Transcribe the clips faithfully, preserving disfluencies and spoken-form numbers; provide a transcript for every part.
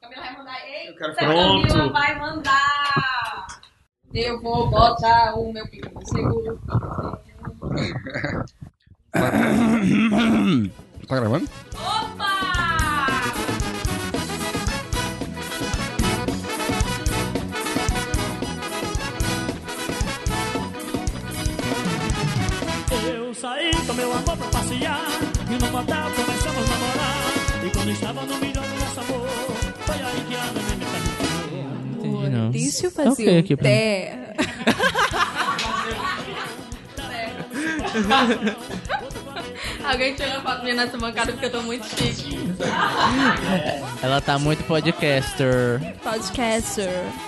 Camila vai mandar. Ei, eu quero... Pronto. Camila vai mandar. Eu vou botar o meu pico no seguro. Tá gravando? Opa! Eu saí com meu amor pra passear e no motel começamos a namorar. E quando estava no milhão do nosso amor, foi aí que a neném me perguntou. Entendi, não. Isso É fazia o quê aqui um pra mim? té. Alguém tira uma foto minha nessa bancada porque eu tô muito chique. Ela tá muito podcaster. Podcaster.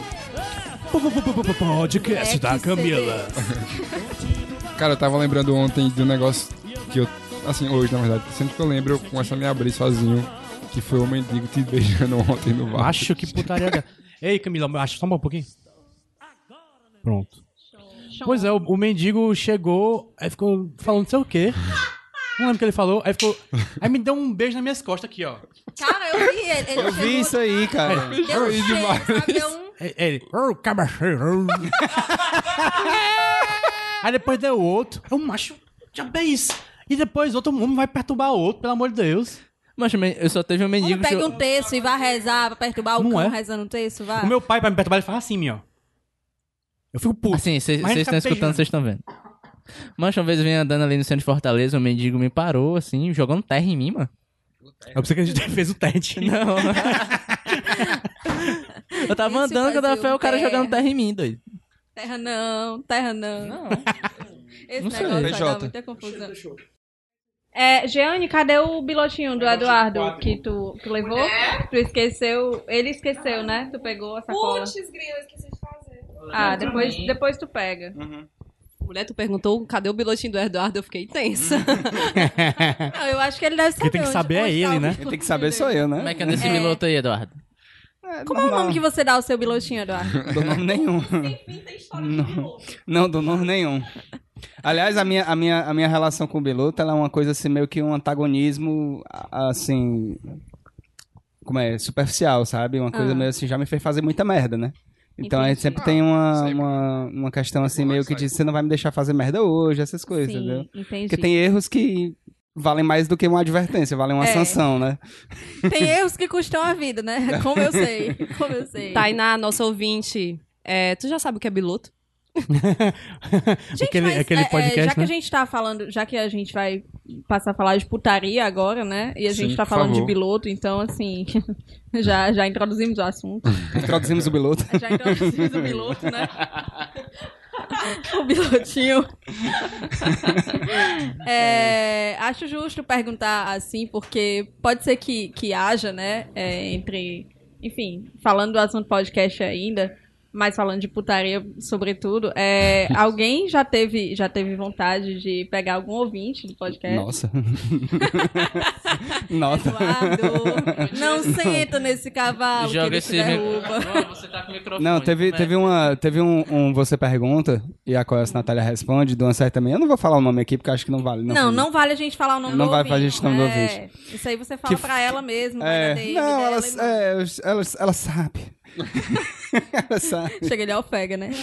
Podcast da Camila. Cara, eu tava lembrando ontem de um negócio que eu... Assim, hoje, na verdade. Sempre que eu lembro, eu começo a me abrir sozinho. Que foi o mendigo te beijando ontem no bar. Acho que putaria... Ei, Camila, acho só um pouquinho. Pronto. Pois é, o, o mendigo chegou, aí ficou falando não sei o quê. Não lembro o que ele falou. Aí ficou... Aí me deu um beijo nas minhas costas aqui, ó. Cara, eu vi ele. ele Eu vi isso aí, cara. Deu um cheiro, sabe? Deu um... Ele... Ô, cabacheiro. Aí depois deu outro. É um macho... Já bem isso. E depois outro homem vai perturbar o outro, pelo amor de Deus. Mas eu só teve um mendigo... Pega que... um texto e vai rezar pra perturbar o Não cão é? rezando um texto, vai. O meu pai, pra me perturbar, ele fala assim, ó. Eu fico puto. Assim, vocês Mas a gente estão fica escutando, beijando. vocês estão vendo. Mas uma vez eu vim andando ali no centro de Fortaleza, um mendigo me parou, assim, jogando terra em mim, mano. Eu pensei que a gente fez o teste. Não. Eu tava Isso andando com a fazia fé, um o cara terra. jogando terra em mim, doido. Terra não, terra não. Não. Esse Não sei. negócio vai P dar J. muita confusão. É, Jeane, cadê o bilotinho do Eduardo que tu, tu levou? Tu esqueceu, ele esqueceu, né? Tu pegou a sacola. Putz, grilo, esqueci de fazer. Ah, depois, depois tu pega. Mulher, tu perguntou cadê o bilotinho do Eduardo? Eu fiquei tensa. Não, eu acho que ele deve saber. Quem tem que onde- saber é onde tá ele, o né? bilotinho Quem tem que saber sou dele. eu, né? Como é que é desse É. piloto aí, Eduardo? Como é o nome que você dá ao seu bilotinho, Eduardo? Do nome nenhum. Não, não, do nome nenhum. Aliás, a minha, a, minha, a minha relação com o Biluta, ela é uma coisa assim, meio que um antagonismo, assim, como é, superficial, sabe? Uma coisa Ah. meio assim, já me fez fazer muita merda, né? Então a gente Entendi. sempre tem uma, sempre. uma, uma questão assim, meio que de você não vai me deixar fazer merda hoje, essas coisas, entendeu? Sim, entendi. Porque tem erros que valem mais do que uma advertência, valem uma É. sanção, né? Tem erros que custam a vida, né? Como eu sei, como eu sei. Tainá, nossa ouvinte, é, tu já sabe o que é biloto? Gente, aquele mas, aquele é, é, podcast, já que né? a gente tá falando, já que a gente vai passar a falar de putaria agora, né? E a Sim, gente tá por falando de favor. piloto, então, assim, já, já introduzimos o assunto. Introduzimos o Biluta. Já introduzimos o piloto, né? O pilotinho. É, acho justo perguntar assim, porque pode ser que, que haja, né? é, entre. Enfim, falando do assunto podcast ainda. Mas falando de putaria, sobretudo, é, alguém já teve, já teve vontade de pegar algum ouvinte do podcast? Nossa. Nota. Eduardo, não senta nesse cavalo que Joga ele esse... te derruba. Você tá com o microfone. Não, teve, como é? teve, uma, teve um, um Você Pergunta e a Coelho Natália responde de uma certa também. Eu não vou falar o nome aqui porque acho que não vale. Não, não vale a gente falar o nome Não do vale pra ouvinte. gente nome do É, ouvinte. isso aí você fala Que- pra ela mesmo, vai na É, D M não, dela ela, e manda. é, ela, ela sabe. Ela sabe. Chega, ele ofega, né?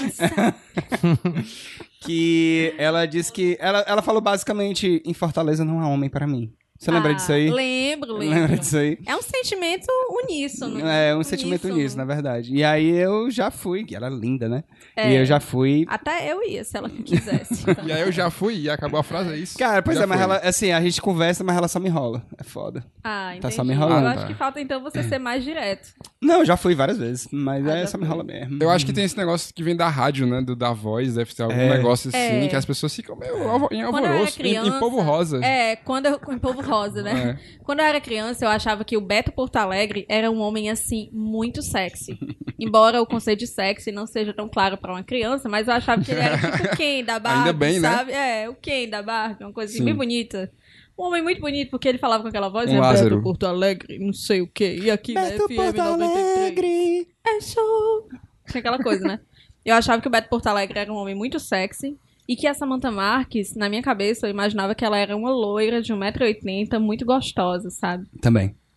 Que ela disse que... Ela, ela falou basicamente, em Fortaleza não há homem pra mim. Você lembra Ah, disso aí? Lembro, lembro. Lembra disso aí? É um sentimento uníssono. É, um sentimento nisso, na verdade. E aí eu já fui, que ela é linda, né? É. E eu já fui... Até eu ia, se ela quisesse. E aí eu já fui e acabou a frase, é isso? Cara, pois Já é, mas foi. ela, assim, a gente conversa, mas ela só me enrola. É foda. Ah, entendi. Tá só me enrolando, Eu acho tá. que falta, então, você ser mais direto. Não, já fui várias vezes, mas Ah, é já só me foi. enrola mesmo. Eu acho que tem esse negócio que vem da rádio, né? Do, da voz, deve ter algum É. negócio assim, É. que as pessoas ficam meio alvo- em Quando eu era alvoroço. Em, em criança- polvo rosa. É, quando eu... Em Povo Rosa, né? Quando eu era criança, eu achava que o Beto Porto Alegre era um homem, assim, muito sexy. Embora o conceito de sexy não seja tão claro pra uma criança, mas eu achava que ele era tipo o Ken da Barbie, Ainda bem, né? sabe? É, o Ken da Barbie, uma coisa assim, Sim. bem bonita. Um homem muito bonito, porque ele falava com aquela voz, Um né? Lázaro. Beto Porto Alegre, não sei o quê. E aqui na Beto F M Porto noventa e três. Alegre. É show. Tinha aquela coisa, né? Eu achava que o Beto Porto Alegre era um homem muito sexy. E que a Samantha Marques, na minha cabeça, eu imaginava que ela era uma loira de um metro e oitenta, muito gostosa, sabe? Também.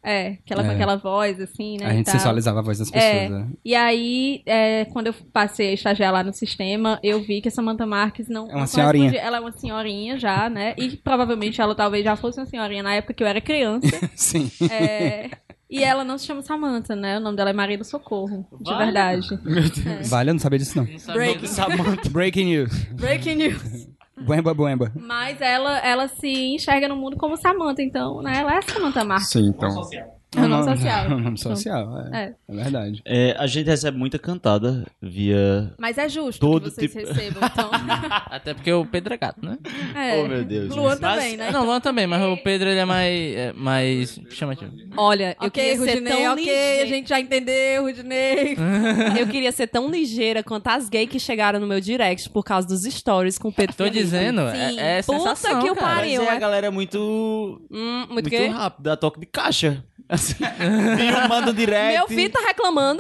É, que ela com É. aquela voz, assim, né? A e gente tal. sensualizava a voz das É, pessoas. né? e aí, é, quando eu passei a estagiar lá no sistema, eu vi que a Samantha Marques não... É uma não senhorinha. correspondia- Ela é uma senhorinha já, né? E provavelmente ela talvez já fosse uma senhorinha na época que eu era criança. Sim. É, e ela não se chama Samantha, né? O nome dela é Maria do Socorro, de verdade. Vale, eu não sabia disso, não. Break, Breaking news. breaking news. Buemba, buemba. Mas ela, ela se enxerga no mundo como Samantha, então, né? Ela é Samantha Marques. Sim, então. É o nome social. É um nome social, é. É. É verdade. É, a gente recebe muita cantada via... Mas é justo Todo que vocês tipo- recebam, então. Até porque o Pedro é gato, né? É. Oh, meu Deus. Luan Mas- também, né? Não, Luan também, mas o Pedro ele é mais. É mais chamativo. Olha, eu Ok, queria ser Rudinei, tão ok, ligeira. a gente já entendeu, Rudinei. Eu queria ser tão ligeira quanto as gays que chegaram no meu direct por causa dos stories com o Pedro Tô Felipe. dizendo, Sim. é, é Puta sensação, que o cara. pariu. Mas é, é. a galera é muito... Hum, muito Muito quê? rápida, toque de caixa. Assim, viram, mandam direct. Meu filho tá reclamando?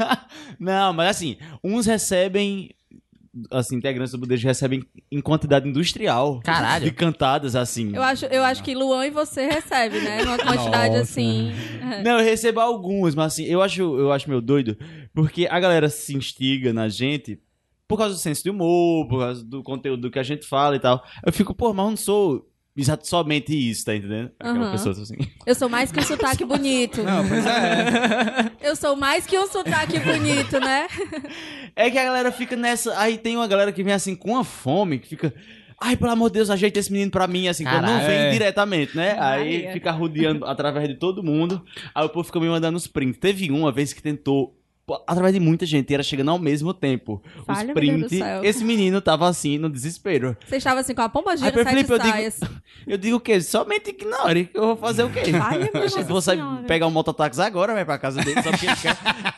Não, mas assim, uns recebem, assim, integrantes do Budejo recebem em quantidade industrial. Caralho. De cantadas, assim. Eu acho, eu acho que Luan e você recebe, né? Uma quantidade Nossa. assim. Não, eu recebo alguns, mas assim, eu acho, eu acho meio doido, porque a galera se instiga na gente por causa do senso de humor, por causa do conteúdo que a gente fala e tal. Eu fico, pô, mas eu não sou exato somente isso, tá entendendo? Aquela Aham. pessoa assim. Eu sou mais que um sotaque bonito. Não, pois é. Eu sou mais que um sotaque bonito, né? É que a galera fica nessa. Aí tem uma galera que vem assim com uma fome, que fica. Ai, pelo amor de Deus, ajeita esse menino pra mim, assim, quando não Caralho. vem É. diretamente, né? Aí Maria. fica rodeando através de todo mundo. Aí o povo fica me mandando os prints. Teve uma vez que tentou, pô, através de muita gente, e era chegando ao mesmo tempo. Falha, os meu Deus do prints. céu. Esse menino tava assim, no desespero. Você estava assim com a pomba Aí, gira, Pedro sete Felipe, eu digo- saias. Eu digo o quê? Somente ignore. Eu vou fazer o quê? Falha, meu Oxe, Nossa vou sair, Senhora. pegar um mototáxi agora, vai pra casa dele, só porque ele quer.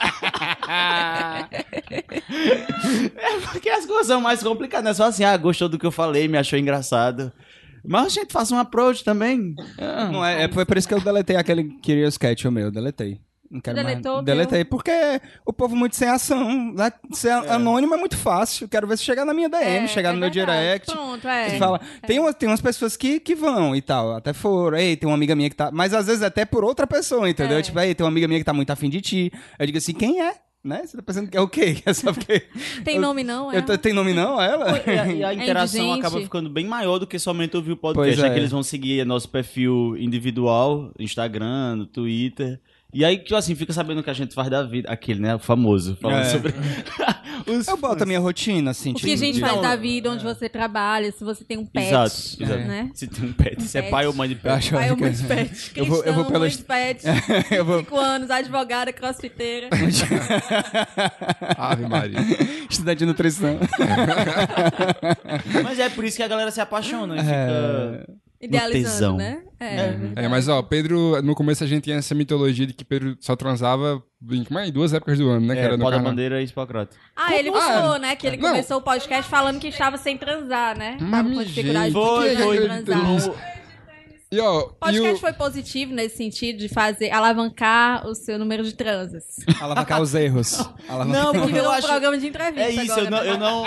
É porque as coisas são mais complicadas, não é só assim, ah, gostou do que eu falei, me achou engraçado. Mas a gente faz um approach também. Ah. Não, é, é, foi por isso que eu deletei aquele Curious Cat, o meu, deletei. Não quero Deletou o mais. teu? Deletei, porque o povo muito sem ação. Né? Ser anônimo é muito fácil. Quero ver se chegar na minha D M, É, chegar é no meu verdade. direct. Pronto, é. E fala, tem, umas, tem umas pessoas que, que vão e tal, até foram, ei, tem uma amiga minha que tá, mas às vezes até por outra pessoa, entendeu? É. Tipo, ei, tem uma amiga minha que tá muito afim de ti. Eu digo assim, quem é? Né? Você tá pensando que é o quê? É só porque... Tem eu- nome não, é? Eu tô- tem nome não, ela? E a, e a interação indigente. acaba ficando bem maior do que somente ouvir o podcast. Pois É. é. que eles vão seguir nosso perfil individual, Instagram, no Twitter. E aí, tipo assim, fica sabendo o que a gente faz da vida. Aquele, né? O famoso. Falando É. sobre. Os Eu boto a minha rotina, assim. O que a gente de- faz da vida, onde você trabalha, se você tem um pet. Exato, exato. Né? Se tem um pet, se é pet. pai ou mãe de pet. Eu acho Pai ou que- mãe de pet. Eu vou- eu vou Cristão, pelo mãe est- de pet. Eu vou... Cinco anos, advogada, crossfiteira. Ave Maria. Estudante de nutrição. Mas é por isso que a galera se apaixona e É. fica. Idealizando, tesão. né? É. É, mas ó, Pedro, no começo a gente tinha essa mitologia de que Pedro só transava em, como é? Em duas épocas do ano, né? que É, era no pó da carnaval. bandeira e Hipócrata. Ah, ele Como- falou, Ah, né? Que ele não. começou o podcast falando que estava sem transar, né? Mas, Tava com gente, dificuldade Foi, de foi. transar. E ó, O podcast e o... foi positivo nesse sentido de fazer, alavancar o seu número de transas. Alavancar os erros. Alavancar... Não, Que porque eu virou um acho. programa de entrevista É isso, agora, eu não. né? Eu não...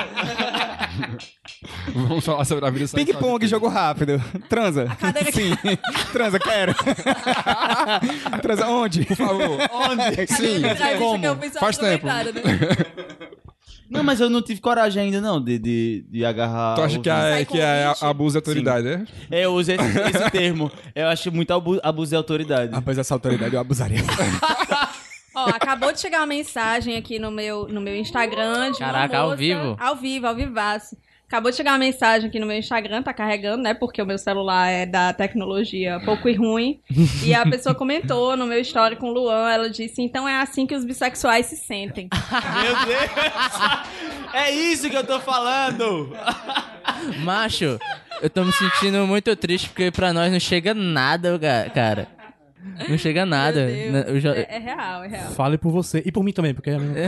Vamos falar sobre a vida sexual. Ping-pong, jogo rápido. Transa. cadeira que- Sim. Transa, quero. Transa onde? Por favor. Onde? Sim, Entrevista como? que eu fiz só Faz tempo. comentário, né? Não, mas eu não tive coragem ainda, não, de, de, de agarrar. Tu acha o que vídeo. é, Sai que é convite. abuso de autoridade, né? É, eu usei esse, esse termo. Eu acho muito abu abuso de autoridade. Rapaz, essa autoridade eu abusaria. Ó, acabou de chegar uma mensagem aqui no meu, no meu Instagram de uma Caraca, ao moça- vivo? Ao vivo, ao vivaço. Acabou de chegar uma mensagem aqui no meu Instagram, tá carregando, né? Porque o meu celular é da tecnologia pouco e ruim. E a pessoa comentou no meu story com o Luan, ela disse, então é assim que os bissexuais se sentem. Meu Deus! É isso que eu tô falando! Macho, eu tô me sentindo muito triste porque pra nós não chega nada, ga- cara. Não chega nada. Meu Deus. Né, eu já- É, é real, é real. Fale por você. E por mim também, porque... é a mesma-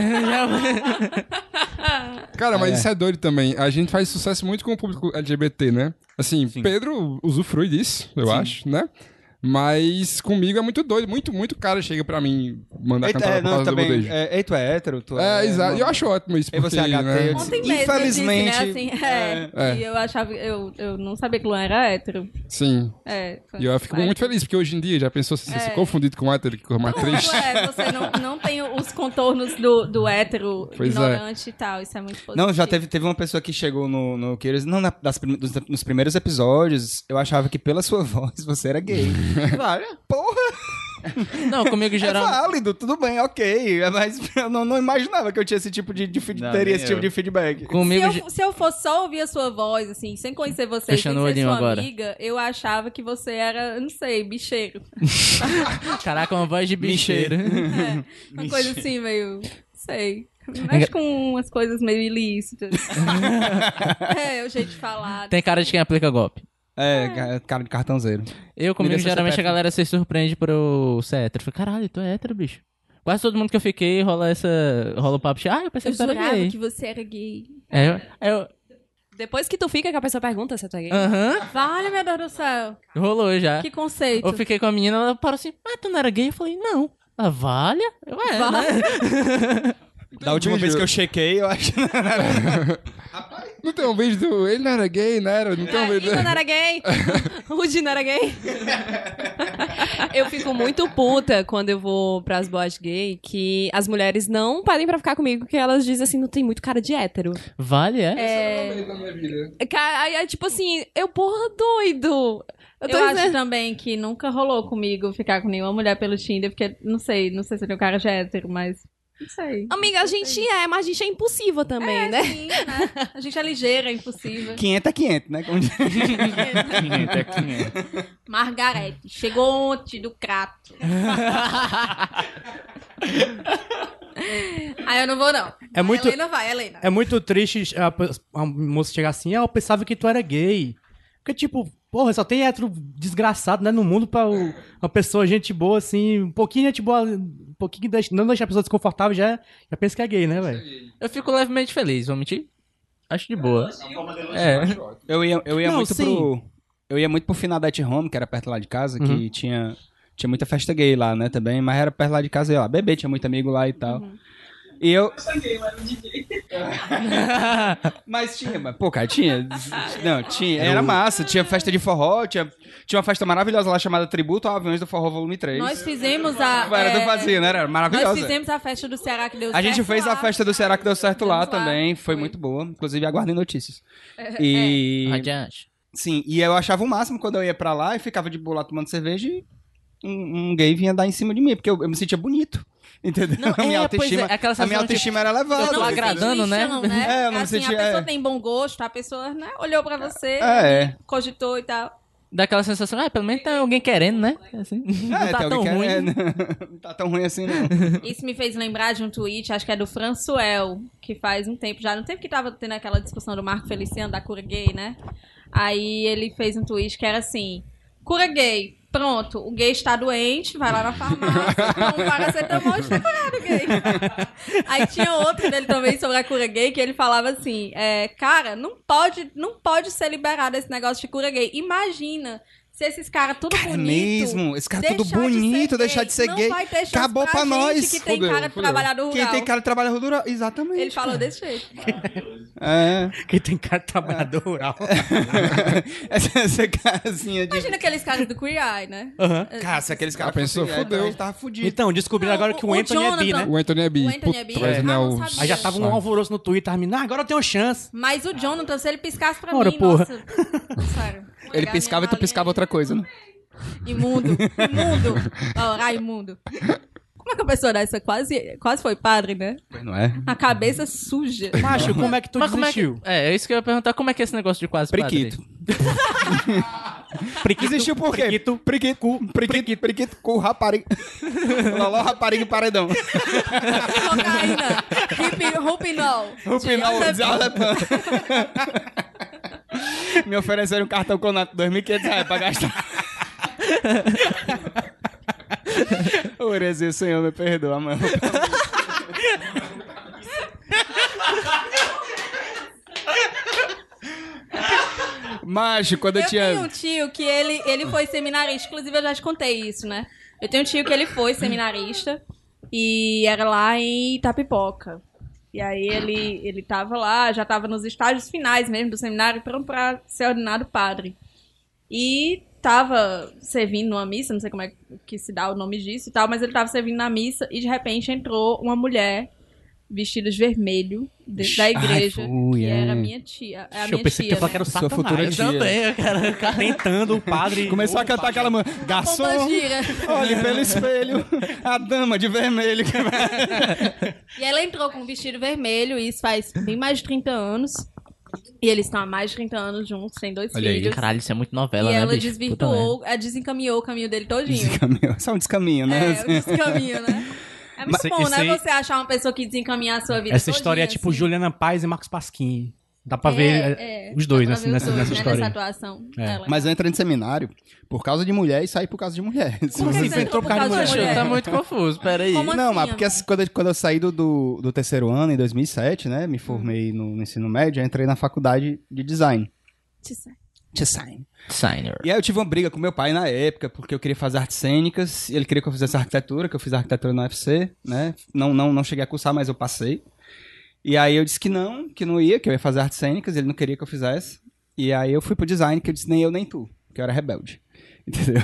Cara, mas É. isso é doido também. A gente faz sucesso muito com o público L G B T, né? Assim, Pedro usufrui disso, eu acho, né? Mas comigo é muito doido. Muito, muito cara chega pra mim mandar Eita, cantar é, por não, causa do também, bodejo. é, ei, tu é hétero? Tu É, é, exato. não- E eu acho ótimo isso, E porque, você é H T, né? eu disse- Ontem mesmo Infelizmente, eu disse, né, assim, é, É. E eu achava, eu, eu não sabia que o Luan era hétero. Sim. É, E eu fico mas- muito feliz, porque hoje em dia, já pensou se É. se confundido com hétero, que coisa mais triste? Pronto, é, você não, não tem os contornos do, do hétero Pois é. ignorante e tal, isso é muito positivo. Não, já teve, teve uma pessoa que chegou no, no Queiroz, não, na- das prim- dos- nos primeiros episódios, eu achava que pela sua voz você era gay. Vale, porra, Não, comigo é geral. válido, tudo bem, ok, mas eu não, não imaginava que eu tinha esse tipo de, de feed- Não, teria nem esse tipo eu. de feedback. Se Comigo. ge- eu, se eu fosse só ouvir a sua voz, assim, sem conhecer você, sem Fechando o ser olhinho sua agora. amiga, eu achava que você era, não sei, bicheiro. Caraca, uma voz de bicheiro. É, uma coisa assim, meio, não sei, mexe com umas coisas meio ilícitas. É, o jeito de falar. Tem cara de quem aplica golpe. É, ca- cara de cartãozeiro. Eu, comigo, Mira seu geralmente C P F. a galera se surpreende por eu ser hétero. Eu falei, caralho, tu é hétero, bicho. Quase todo mundo que eu fiquei rola essa. rola o papo de, ah, eu pensei Eu que tu era jurava gay. que você era gay. É, eu. eu- Depois que tu fica, que a pessoa pergunta se tu é gay. Aham, Vale, meu Deus do céu. rolou já. Que conceito. Eu fiquei com a menina, ela parou assim, ah, tu não era gay? Eu falei, não. Ela, vale? Eu, é, Vale. né? Da última vez que eu chequei, eu acho. Não tem um vídeo do... Ele não era gay, não era? Não tem um É, vídeo... Ida não era gay. O Di não era gay. Eu fico muito puta quando eu vou pras boas gay que as mulheres não pedem pra ficar comigo porque elas dizem assim, não tem muito cara de hétero. Vale, é? É... Cara, aí é tipo assim, eu, porra, doido. Eu tô Eu acho dizendo... também que nunca rolou comigo ficar com nenhuma mulher pelo Tinder, porque, não sei, não sei se eu tenho cara de hétero, mas... Não sei. Amiga, a gente é, mas a gente é impossível também, É, né? sim, né? A gente é ligeira, é impossível. quinhentos é quinhentos, né? Como diz. Margarete, chegou ontem do crato. Aí eu não vou, não. É muito- A Helena vai, Helena. É muito triste a, pe- a moça chegar assim, ah, eu pensava que tu era gay. Porque, tipo, porra, só tem hétero desgraçado, né, no mundo pra o- uma pessoa, gente boa, assim, um pouquinho gente boa, um pouquinho, deixa, não deixar a pessoa desconfortável, já, já pensa que é gay, né, velho? Eu fico levemente feliz, vou mentir. Acho de boa. É. Eu ia, eu ia Não, muito sim. pro. Eu ia muito pro Finadete Home, que era perto lá de casa, que tinha, tinha muita festa gay lá, né, também, mas era perto lá de casa, eu ia lá beber, tinha muito amigo lá e tal. E eu. Mas tinha, mas, pô, cara, tinha. Não, tinha. Era massa. Tinha festa de forró, tinha, tinha uma festa maravilhosa lá chamada Tributo a Aviões do Forró Volume três. Nós fizemos a... Era é, do vazio, né? Era maravilhosa. Nós fizemos a festa do Ceará que deu A certo gente fez lá. a festa do Ceará que deu certo lá Fizemos lá. também. Foi, Foi. muito boa. Inclusive, aguardem notícias. E. Radiante. Sim, e eu achava o máximo quando eu ia pra lá e ficava de boa lá tomando cerveja e um, um gay vinha dar em cima de mim, porque eu, eu me sentia bonito. Entendeu? Não, a minha é, pois autoestima, é, aquela a minha sensação, autoestima era elevada. eu tô Não se agradando, sente né? lixão, né? É, eu não me assim, senti- a pessoa é. tem bom gosto, a pessoa, né, olhou pra você, É. cogitou e tal. Dá aquela sensação, ah, pelo menos tem alguém querendo, né? Assim, não É, tá tem tão alguém que- ruim. é, não tá tão ruim assim, não. Isso me fez lembrar de um tweet, acho que é do Françoel, que faz um tempo já, no tempo que tava tendo aquela discussão do Marco Feliciano, da cura gay, né? Aí ele fez um tweet que era assim, cura gay, pronto, o gay está doente, vai lá na farmácia, toma um paracetamol e está curado gay. Aí tinha outro dele também sobre a cura gay, que ele falava assim, é, cara, não pode, não pode ser liberado esse negócio de cura gay. Imagina se esses caras tudo Cara, é bonito... mesmo, esse cara tudo deixar de bonito, ser deixar de ser não gay. vai ter chance Acabou pra gente nós. que tem Fudeu, cara de fudeu. trabalhador rural. Quem tem cara de trabalho rural, exatamente. Ele falou desse jeito. É. Quem tem cara de trabalhador rural. essa, essa casinha de... Imagina aqueles caras do Queer Eye, né? Aham. Cara, se aqueles caras... Ah, pensou, fossem- é, fudeu. A gente tava fudido. Então, descobriram Não, agora que o, o- o Anthony é bi, Jonathan- né? O Anthony é bi. O Anthony é bi? Puta, mas É. não é Ah, o... não sabia. Aí já tava um alvoroço no Twitter, a menina, ah, agora eu tenho chance. Mas o Jonathan, se ele piscasse pra Ora, mim, porra. nossa... Sério. Ele piscava e tu piscava outra coisa, né? Imundo, imundo. Ó, Raimundo. Como é que a pessoa dessa quase, quase foi padre, né? Pois não é? A cabeça suja. Macho, como é que tu Mas como é que... desistiu? É, é isso que eu ia perguntar, como é que é esse negócio de quase Priquito. padre? Priquito, Desistiu por quê? Priquito. Priquito, cu, priquito, priquito, cu, rapariga. Loló, rapariga e paredão. Cocaína. Hippie, Rupinol. Rupinol, Diazepam. Diazepam. Me ofereceram um cartão Conato dois mil e quinhentos reais pra gastar. Ô, Heresia, Senhor, me perdoa, mano. Macho, quando eu, Eu tinha... tenho um tio que ele, ele foi seminarista, inclusive eu já te contei isso, né? Eu tenho um tio que ele foi seminarista e era lá em Itapipoca. E aí ele, ele tava lá, já tava nos estágios finais mesmo do seminário, pronto pra ser ordenado padre. E tava servindo numa missa, não sei como é que se dá o nome disso e tal, mas ele tava servindo na missa e de repente entrou uma mulher vestida de vermelho dentro da igreja, Ai, fui, que é. era a minha tia. É a Eu minha pensei que tia, ia falar que era o Sua futura Satanás. tia. Também, cara. Ficar tentando o padre... Começou a cantar aquela música. Pomba Garçom, gira. olhe pelo espelho, a dama de vermelho. E ela entrou com um vestido vermelho, e isso faz bem mais de trinta anos. E eles estão há mais de trinta anos juntos, têm dois Olha aí. filhos. Caralho, isso é muito novela, E né, ela bicho? desvirtuou, ela desencaminhou o caminho dele todinho. Descaminho. Só um descaminho, né? É, o descaminho, né? É muito Esse- bom, né? esse- Você achar uma pessoa que desencaminha a sua vida Essa história é todinha, tipo assim. Juliana Paz e Marcos Pasquim. Dá pra É, ver é, é, os dois dá pra nessa, ver os nessa, dois, nessa né, história. Nessa aí. atuação. É. Ela. Mas eu entrei no seminário por causa de mulher e saí por causa de mulher. Como Você que você entrou por entrou causa de Poxa, mulher? tá muito confuso, peraí. Como Não, assim, mas porque amigo? assim, quando, eu, quando eu saí do, do, do terceiro ano, em dois mil e sete, né? Me formei no, no ensino médio, eu entrei na faculdade de design. Design. Signer. E aí eu tive uma briga com meu pai na época, porque eu queria fazer artes cênicas, e ele queria que eu fizesse arquitetura, que eu fiz arquitetura na U F C, né? Não, não, não cheguei a cursar, mas eu passei. E aí eu disse que não, que não ia, que eu ia fazer artes cênicas, ele não queria que eu fizesse. E aí eu fui pro design, que eu disse nem eu nem tu, que eu era rebelde. Entendeu?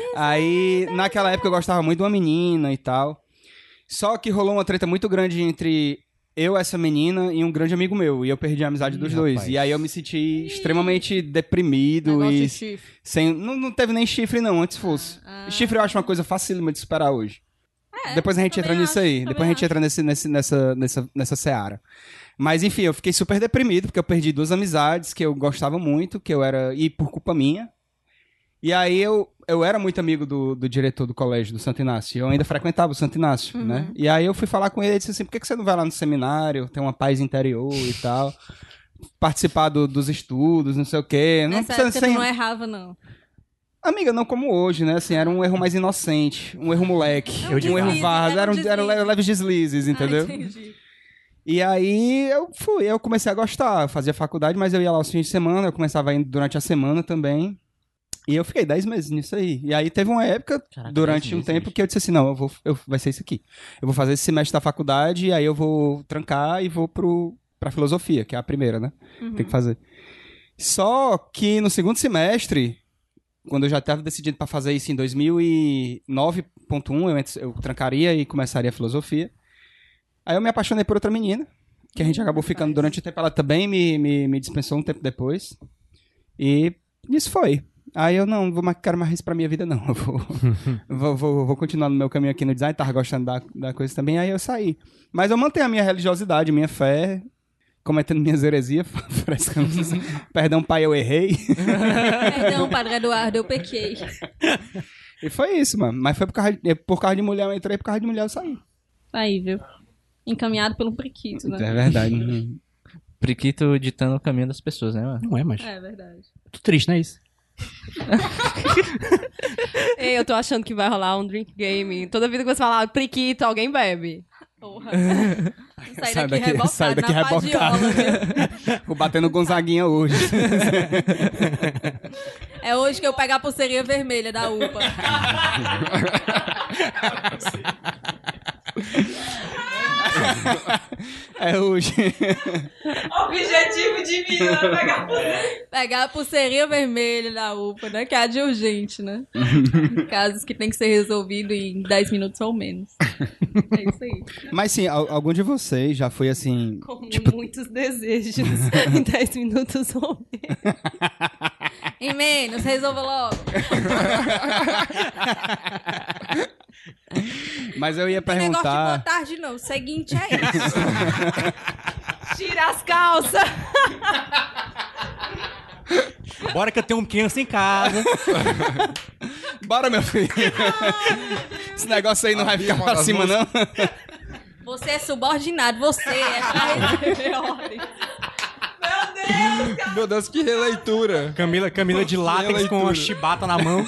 Aí, naquela época eu gostava muito de uma menina e tal. Só que rolou uma treta muito grande entre eu, essa menina, e um grande amigo meu. E eu perdi a amizade Ih, dos dois. rapaz. E aí eu me senti extremamente deprimido Negócio e de chifre. sem. Não, não teve nem chifre, não, antes fosse. Ah. Chifre eu acho uma coisa facílima de superar hoje. É, Depois a gente também entra nisso acho, aí. também Depois a gente acho. entra nesse, nesse, nessa, nessa, nessa seara. Mas enfim, eu fiquei super deprimido, porque eu perdi duas amizades que eu gostava muito, que eu era. E por culpa minha. E aí eu, eu era muito amigo do, do diretor do colégio, do Santo Inácio. Eu ainda frequentava o Santo Inácio, Uhum. né? E aí eu fui falar com ele e disse assim, por que, que você não vai lá no seminário, tem uma paz interior e tal, participar do- dos estudos, não sei o quê. Não Nessa precisa época sem... tu não errava, não. Amiga, não como hoje, né? Assim, era um erro mais inocente, um erro moleque, É um um erro deslize, vago, era um eram, eram deslize. leves deslizes, entendeu? Ah, entendi. E aí eu fui, eu comecei a gostar, eu fazia faculdade, mas eu ia lá aos fins de semana, eu começava indo durante a semana também. E eu fiquei dez meses nisso aí. E aí teve uma época, Caraca, durante dez um meses, tempo, bicho. que eu disse assim, não, eu vou, eu, vai ser isso aqui. Eu vou fazer esse semestre da faculdade, e aí eu vou trancar e vou pro, pra filosofia, que é a primeira, né? Uhum. Tem que fazer. Só que no segundo semestre, quando eu já estava decidido para fazer isso em dois mil e nove ponto um, eu, ent- eu trancaria e começaria a filosofia. Aí eu me apaixonei por outra menina, que a gente acabou ficando durante o tempo. Ela também me, me, me dispensou um tempo depois. E isso foi. Aí eu não vou mais, quero mais isso pra minha vida, não. Eu vou, vou, vou, vou continuar no meu caminho aqui no design, tava gostando da, da coisa também, aí eu saí. Mas eu mantenho a minha religiosidade, minha fé, cometendo minhas heresias. Parece que eu não sei se- Perdão, pai, eu errei. Perdão, Padre Eduardo, eu pequei. E foi isso, mano. Mas foi por causa de, por causa de mulher, eu entrei, por causa de mulher eu saí. Aí, viu? Encaminhado pelo prequito, né? É verdade. Priquito ditando o caminho das pessoas, né, mano? Não é, mas... É verdade. Tô triste, não é isso? Ei, eu tô achando que vai rolar um drink game. Toda vida que você falar priquito, alguém bebe. Porra. Sai Sai daqui daqui- rebocado, sai daqui na rebocado. padiola, viu? Vou batendo Gonzaguinha hoje. É hoje que eu pegar a pulseirinha vermelha da U P A. É hoje. Objetivo de vida, pegar Pegar a pulseirinha vermelha da U P A, né? Que é a de urgente, né? Casos que tem que ser resolvido em dez minutos ou menos. É isso aí. Mas sim, al- algum de vocês já foi assim... com muitos desejos em dez minutos ou menos. Em menos, resolva logo. Mas eu ia Tem negócio de perguntar... boa tarde, não. O seguinte é isso. Tira as calças. Bora que eu tenho um criança em casa. Bora, meu filho. Esse negócio aí não vai ficar uma pra das cima, não? Você é subordinado, você é pra receber ordens. Meu Deus, que releitura. Camila, Camila de látex com uma leitura. chibata na mão.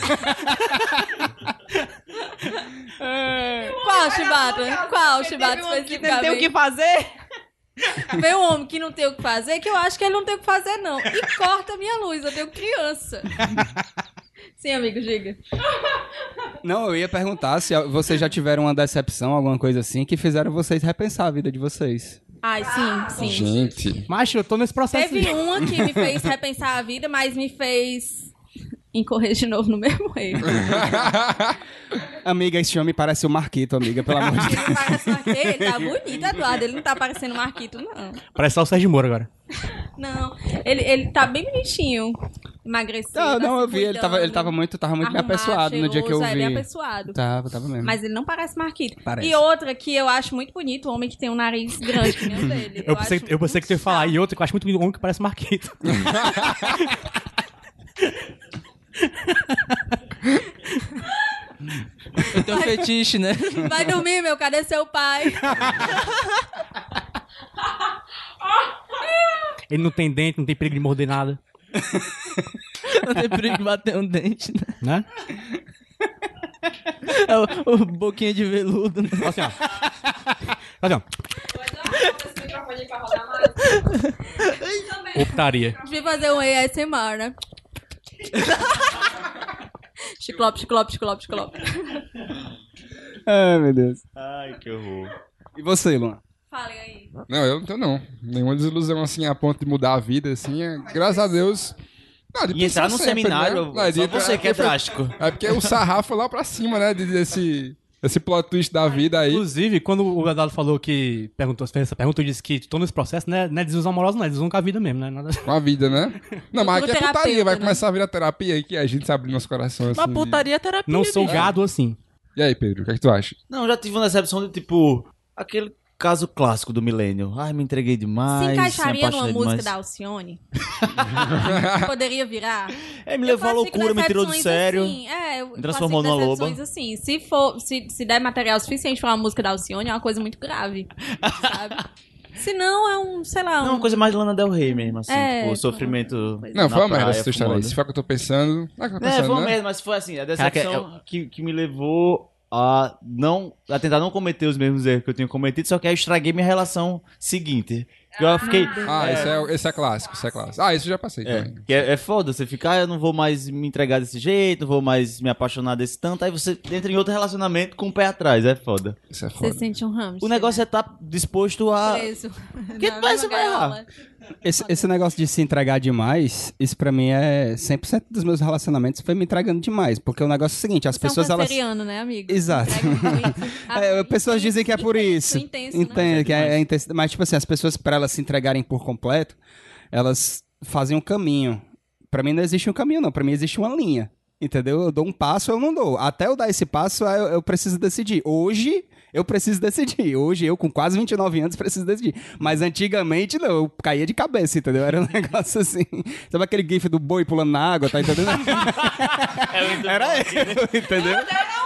Qual chibata? Qual chibata Teve um que Tem o especificamente? que fazer? Vê um homem que não tem o que fazer, que eu acho que ele não tem o que fazer, não. E corta a minha luz, eu tenho criança. Sim, amigo, diga. Não, eu ia perguntar se vocês já tiveram uma decepção, alguma coisa assim, que fizeram vocês repensar a vida de vocês. Ai, sim, sim. Gente. Macho, eu tô nesse processo. Teve aí. uma que me fez repensar a vida, mas me fez incorrer de novo no mesmo erro. Amiga, esse homem parece o Marquito, amiga, pelo amor de Ele Deus. não parece Marquito, ele tá bonito, Eduardo. Ele não tá parecendo Marquito, não. Parece só o Sérgio Moro agora. Não, ele, ele tá bem bonitinho. Emagrecido. Não, tá não, se eu vi, ele tava, ele tava muito, tava muito me arrumado, apessoado no dia que eu cheiroso, vi. Ele é apessoado. Tava, tava mesmo. Mas ele não parece Marquito. Parece. E outra que eu acho muito bonito, o homem que tem um nariz grande, que nem o dele. Eu pensei, acho eu pensei que tu ia muito falar. chato. E outra que eu acho muito bonito, um homem que parece Marquito. Eu tenho um fetiche, né? Vai dormir, meu, cadê seu pai? Ele não tem dente, não tem perigo de morder nada. Não tem perigo de bater um dente, né? Né? É o, o boquinha de veludo, né? Assim, ó. Assim, ó. Optaria. Devia fazer um A S M R, né? Chiclope, chiclope, chiclope, chiclope. Ai, meu Deus. Ai, que horror. E você, Luan? Falem aí. Não, eu não tenho não. Nenhuma desilusão assim a ponto de mudar a vida, assim. É, graças a Deus. Não, de E entrar pensar no sempre, seminário, né? Não, de só entrar- você que é porque foi- drástico. É porque o sarrafo foi lá pra cima, né? de- Desse, esse plot twist da vida aí. Inclusive, quando o Eduardo falou que perguntou, fez essa pergunta, eu disse que tô nesse processo, né? Não é desilusão amorosa, não, é desilusão com a vida mesmo, né? Nada... Com a vida, né? Não, mas aqui é terapeuta, putaria. Vai né? começar a virar terapia aí que a gente sabe nosso coração, assim. Uma de- putaria é terapia. Não sou bicho. gado assim. E aí, Pedro, o que é que tu acha? Não, já tive uma decepção de tipo. Aquele caso clássico do milênio. Ai, me entreguei demais. Se me encaixaria numa apaixonei música demais. da Alcione? Poderia virar? É, me Eu levou à classifico loucura, me tirou do decepções sério. Assim, é, eu me transformou classifico numa decepções loba. Assim, se, for, se, se der material suficiente pra uma música da Alcione, é uma coisa muito grave, sabe? Se não, é um, sei lá... Não, Um... uma coisa mais Lana Del Rey mesmo, assim. É, tipo, o sofrimento. coisa- Não, na foi uma merda praia, essa história aí. fumando. Se for o que eu tô pensando. Não é o que eu tô É, pensando, foi uma né? merda, mas foi assim, a Caraca, decepção que, que me levou a não a tentar não cometer os mesmos erros que eu tinha cometido, só que aí eu estraguei minha relação seguinte. Que eu fiquei. Ah, esse é, esse é clássico, esse é clássico. Ah, isso eu já passei É, também. que é, é foda, você fica, ah, eu não vou mais me entregar desse jeito, não vou mais me apaixonar desse tanto, aí você entra em outro relacionamento com o pé atrás, é foda. Isso é Você foda. sente um hamster. O negócio é estar disposto a. preso. Que Na vai, mesma você vai errar. gaiola. Esse, esse negócio de se entregar demais, isso pra mim é cem por cento dos meus relacionamentos foi me entregando demais. Porque o negócio é o seguinte, as Você é um pessoas elas... canceriano, né, amigo? Exato. Entrega muito. Ah, É, pessoas dizem que é por intenso, isso. Intenso, né? Entende, que é, é intenso. Mas, tipo assim, as pessoas, pra elas se entregarem por completo, elas fazem um caminho. Pra mim não existe um caminho, não. Pra mim existe uma linha. Entendeu? Eu dou um passo, eu não dou. Até eu dar esse passo, eu, eu preciso decidir. Hoje, eu preciso decidir. Hoje, eu com quase vinte e nove anos, preciso decidir. Mas antigamente, não. Eu caía de cabeça, entendeu? Era um negócio assim. Sabe aquele gif do boi pulando na água, tá entendendo? Era eu, entendeu?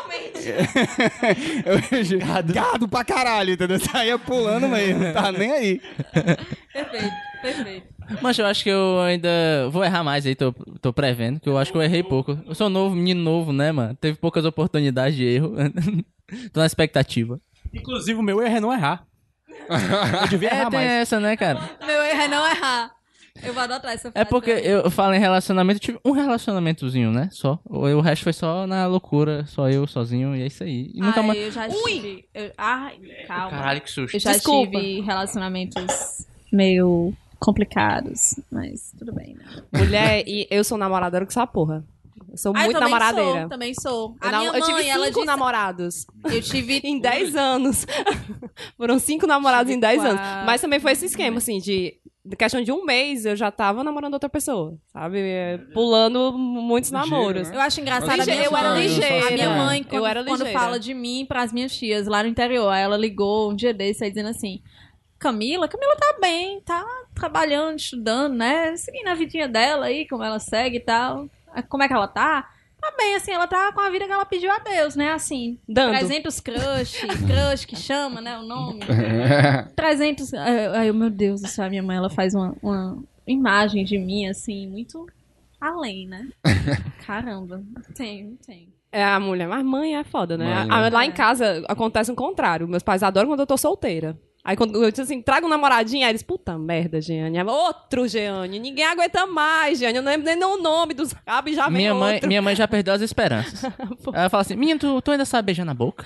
Eu, gado. gado pra caralho, entendeu? Saía pulando mesmo, não tava nem aí. Perfeito, perfeito. Mas eu acho que eu ainda vou errar mais aí, tô, tô prevendo, que eu acho que eu errei pouco. Eu sou novo, menino novo, né, mano? Teve poucas oportunidades de erro. Tô na expectativa. Inclusive, o meu erro é não errar. Eu devia É, errar tem mais. essa, né, cara? Meu erro é não errar. Eu vou adotar essa frase. É porque também. eu falo em relacionamento, eu tive um relacionamentozinho, né? Só. O, o resto foi só na loucura, só eu sozinho, e é isso aí. E nunca Ai, mais. eu já tive... Eu... Ai, calma. Caralho, que susto. Eu já Desculpa. tive relacionamentos meio complicados, mas tudo bem, né? Mulher, e eu sou namoradeira com essa porra. Eu sou Ah, eu muito também namoradeira. sou, também sou. A Eu, nam- minha eu tive mãe, ela cinco disse... namorados Eu tive... em dez anos. Foram cinco namorados Tive em dez quatro. anos. Mas também foi esse esquema, assim, de, de questão de um mês eu já tava namorando outra pessoa, sabe? É, Pulando muitos Ligeiro, namoros. né? Eu acho engraçado a Ligeira, minha eu era mãe. ligeira. A minha mãe, Eu quando, era quando ligeira. fala de mim pras minhas tias lá no interior, aí ela ligou um dia desse aí dizendo assim: Camila, Camila tá bem, tá trabalhando, estudando, né? Seguindo a vidinha dela aí, como ela segue e tal. Como é que ela tá? Tá bem, assim, ela tá com a vida que ela pediu a Deus, né? Assim, Dando. trezentos crush, crush que chama, né? O nome. trezentos. Ai, ai, meu Deus do céu, a minha mãe, ela faz uma, uma imagem de mim, assim, muito além, né? Caramba. Tem, tem. É a mulher, mas mãe é foda, né? Mãe, A- né? lá É. em casa acontece o contrário. Meus pais adoram quando eu tô solteira. Aí quando eu disse assim, traga um namoradinho, aí eles, puta merda, Jeane. Aí, outro Jeane, ninguém aguenta mais, Jeane. Eu não lembro nem o nome dos cabos e já vem Minha mãe, outro. minha mãe já perdeu as esperanças. Ela fala assim, menino, tu, tu ainda sabe beijar na boca?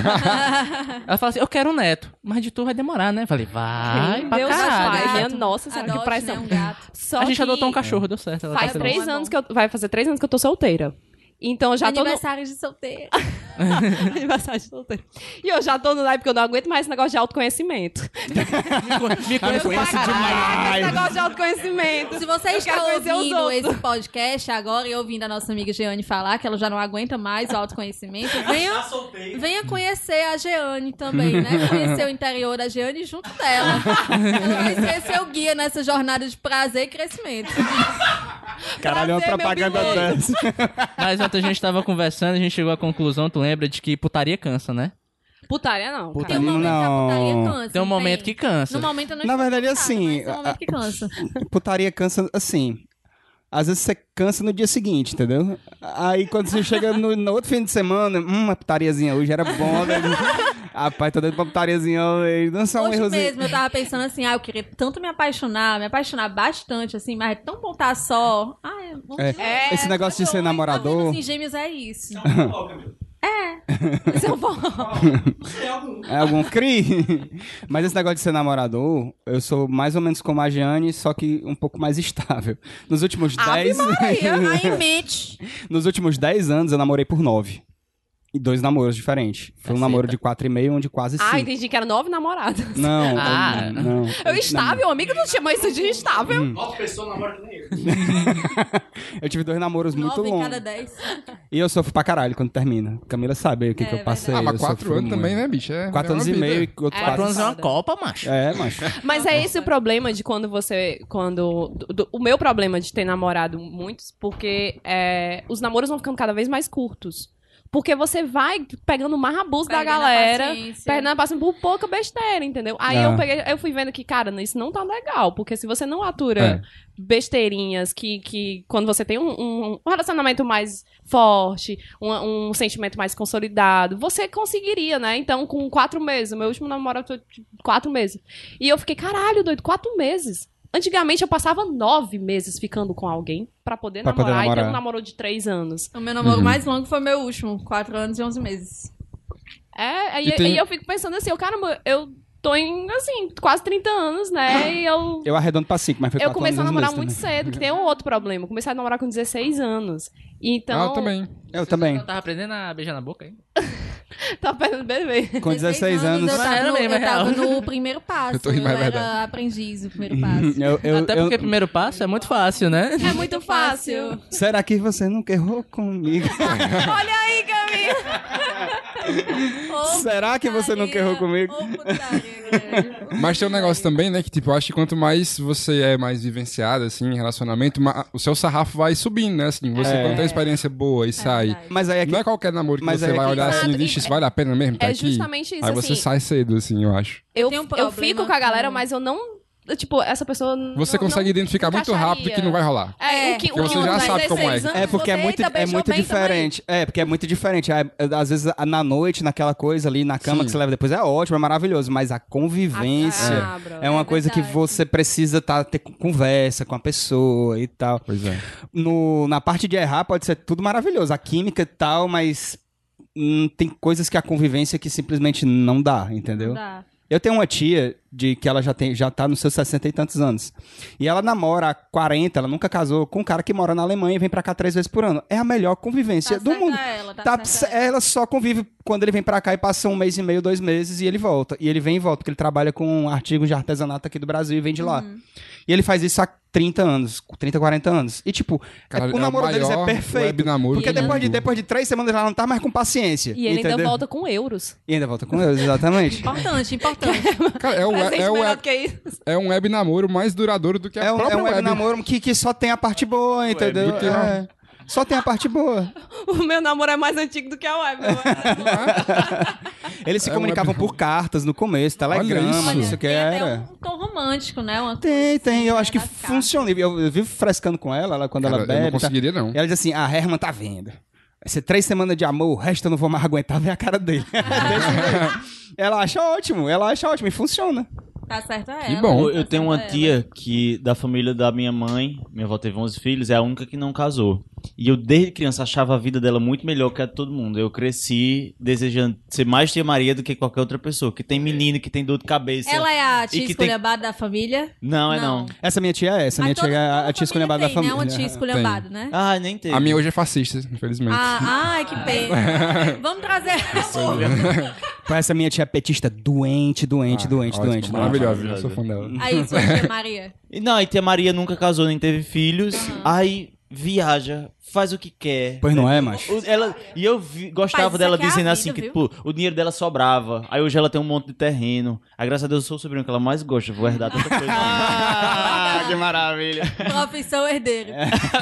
Ela fala assim, eu quero um neto. Mas de tu vai demorar, né? Eu falei, vai, pra Deus caralho. pai, minha nossa senhora, que Adote, pressão. né, um gato. Só A gente que adotou um cachorro, deu certo. Ela Faz tá três bom, é anos bom. que eu... Vai fazer três anos que eu tô solteira. Então eu já tô no... Aniversário de solteiro. Aniversário de solteiro. E eu já tô no live porque eu não aguento mais esse negócio de autoconhecimento. Me conhece Esse demais. negócio de autoconhecimento. Se você Eu está quero conhecer os ouvindo outros. esse podcast agora e ouvindo a nossa amiga Jeane falar que ela já não aguenta mais o autoconhecimento, venha, venha conhecer a Jeane também, né? Conhecer o interior da Jeane junto dela. Ela vai ser seu guia nessa jornada de prazer e crescimento. Caralho, é uma Prazer, meu propaganda piloto. dessa. Mas ontem a gente tava conversando, a gente chegou à conclusão, tu lembra, de que putaria cansa, né? Putaria não, Puta- Tem um cara. momento que a Não. putaria cansa. Tem um não momento que cansa. No momento eu não Na estou verdade, cansada, assim, mas tem um momento que cansa. Putaria cansa, assim... Às vezes você cansa no dia seguinte, entendeu? Aí quando você chega no, no outro fim de semana, hum, uma putariazinha hoje era bom, né? Rapaz, tô dando pra putariazinha hoje. Dançar um Hoje errozinho. mesmo eu tava pensando assim, ah, eu queria tanto me apaixonar, me apaixonar bastante, assim, mas é tão bom estar só. Ai, vamos É, ver. esse negócio de ser Tá namorador... vendo, assim, gêmeos é isso. Isso é bom. É algum cri? Mas esse negócio de ser namorador, eu sou mais ou menos como a Jeane, só que um pouco mais estável. Nos últimos dez... Ai, Mitch. Nos últimos dez anos, eu namorei por nove. E dois namoros diferentes. Foi um Caceta. namoro de quatro e meio, um de quase cinco. Ah, entendi que era nove namoradas. Não, Ah. não, não. Eu estável, amigo, não chama isso de estável. Nove pessoas namoram que nem eu. Eu tive dois namoros muito Nove em longos. cada dez. E eu sofro pra caralho quando termina. Camila sabe aí o que, É que eu passei. Ah, mas eu quatro sofro anos muito. também, né, bicho? É, Quatro é uma anos e vida. meio e outro É. Quatro quase... anos é uma copa, macho. É, macho. Mas é esse o problema de quando você. Quando. do- do- o meu problema de ter namorado muitos, porque é, os namoros vão ficando cada vez mais curtos. Porque você vai pegando mais abuso da Perdendo a galera, paciência. perdendo a paciência por pouca besteira, entendeu? Aí É. eu peguei, eu fui vendo que, cara, isso não tá legal. Porque se você não atura besteirinhas que, que quando você tem um, um- um relacionamento mais forte, um, um sentimento mais consolidado, você conseguiria, né? Então, com quatro meses, o meu último namorado foi tipo, quatro meses. E eu fiquei, caralho, doido, quatro meses. Antigamente eu passava nove meses ficando com alguém pra poder Pra poder namorar. E ter namorar. um namoro de três anos. O meu namoro Uhum. mais longo foi meu último. Quatro anos e onze meses. É, aí E tem- aí eu fico pensando assim, eu, caramba, eu tô em, assim, quase trinta anos, né? E eu... Eu arredondo pra cinco, mas foi Eu quatro comecei a anos e namorar meses muito também. cedo, que tem um outro problema. Eu comecei a namorar com dezesseis anos. Então, Ah, eu também. Eu também. Eu tava aprendendo a beijar na boca, hein? tá perdendo bebê. Com dezesseis anos... eu tava, Era no, mesmo, é eu tava real. no primeiro passo. Eu tô Eu, rindo, mas é era verdade. aprendiz do primeiro passo. Eu, eu, Até eu- porque o primeiro passo é muito fácil, né? É muito fácil. Será que você nunca errou comigo? Olha aí, Camila. Ô, Será que você nunca errou comigo? Ô, putaria, grande. Mas tem um negócio também, né, que tipo, eu acho que quanto mais você é mais vivenciado, assim, em relacionamento, ma- o seu sarrafo vai subindo, né, assim, você É. quando tem uma experiência boa e sai. verdade. Mas aí é que... Não é qualquer namoro que Mas você aí é vai que olhar tá. assim, vixe, isso vale a pena mesmo tá É aqui? justamente isso, Aí você assim. sai cedo, assim, eu acho. Eu, tenho um eu problema fico com a galera, com- mas eu não... Tipo, essa pessoa... Você não, consegue não identificar muito encaixaria. rápido que não vai rolar. É, o que, Porque o que você um já com sabe como é. dezesseis anos, É porque é você, muito, eita, é beijou muito bem diferente. É, porque é muito diferente. É, é, às vezes, a- na noite, naquela coisa ali, na cama Sim. que você leva depois, é ótimo, é maravilhoso. Mas a convivência Ah, bro, é uma é coisa que verdade. você precisa tá, ter conversa com a pessoa e tal. Pois é. No, na parte de errar pode ser tudo maravilhoso. A química e tal, mas hum, tem coisas que a convivência que simplesmente não dá, entendeu? Dá. Eu tenho uma tia de que ela já, tem, já tá nos seus sessenta e tantos anos. E ela namora há quarenta, ela nunca casou, com um cara que mora na Alemanha e vem pra cá três vezes por ano. É a melhor convivência Tá do certa mundo. ela, tá Tá- certa ela. ela só convive quando ele vem pra cá e passa um mês e meio, dois meses e ele volta. E ele vem e volta, porque ele trabalha com artigos de artesanato aqui do Brasil e vem de lá. Uhum. E ele faz isso há trinta anos, trinta, quarenta anos. E tipo, Caralho, é, o é namoro o deles é maior perfeito. web namoro Porque do depois de, mundo. depois de três semanas ela não tá mais com paciência. E ele entendeu? ainda volta com euros. E ainda volta com eles, exatamente. Importante, importante. Cara, é, o, Presente é, o, melhor web- do que isso. é um web namoro mais duradouro do que a É um, própria é um web web. namoro que, que só tem a parte boa, entendeu? do que É. Só tem a parte boa. O meu namoro é mais antigo do que a web. Eles se É um comunicavam web- por cartas no começo, Olha telegrama, isso. isso que Tem até era. um tom romântico, né? Uma Tem, coisa tem. assim, Eu né, acho que das cartas. funciona. Eu, eu vivo frescando com ela, ela quando Cara, ela eu bebe. não tá? conseguiria, não. E ela diz assim: a Herman tá vendo. Vai ser três semanas de amor, o resto eu não vou mais aguentar ver a cara dele. Desse jeito. Ela acha ótimo, ela acha ótimo e funciona. Tá certo é Que ela. bom. Eu, eu Tá tenho certo uma é ela. tia que, da família da minha mãe, minha avó teve onze filhos, é a única que não casou. E eu, desde criança, achava a vida dela muito melhor que a de todo mundo. Eu cresci desejando ser mais tia Maria do que qualquer outra pessoa. Que tem menino, que tem dor de cabeça. Ela é a E tia que tem- esculhambada da família? Não, é não. Essa minha tia é, essa minha Mas toda- tia é a, toda a tia esculhambada da tem, família. né? Uma tia esculhambada, né? Ah, nem teve. A minha hoje é fascista, infelizmente. Ah, ai, que pena. Vamos trazer... Pô, essa minha tia é petista doente, doente, Ah, doente, ótimo, doente. Maravilhosa, Maravilhosa. eu sou fã dela. Aí, sua tia Maria. E Não, e tia Maria nunca casou, nem teve filhos. Aí viaja, faz o que quer. Pois não é, macho? O- Ela, e eu vi- gostava Rapaz, isso dela aqui é a dizendo vida, assim que, viu? tipo, o dinheiro dela sobrava. Aí hoje ela tem um monte de terreno. Aí, graças a Deus, eu sou o sobrinho que ela mais gosta. Vou herdar tanta coisa. Ah, que maravilha. Profissão herdeiro.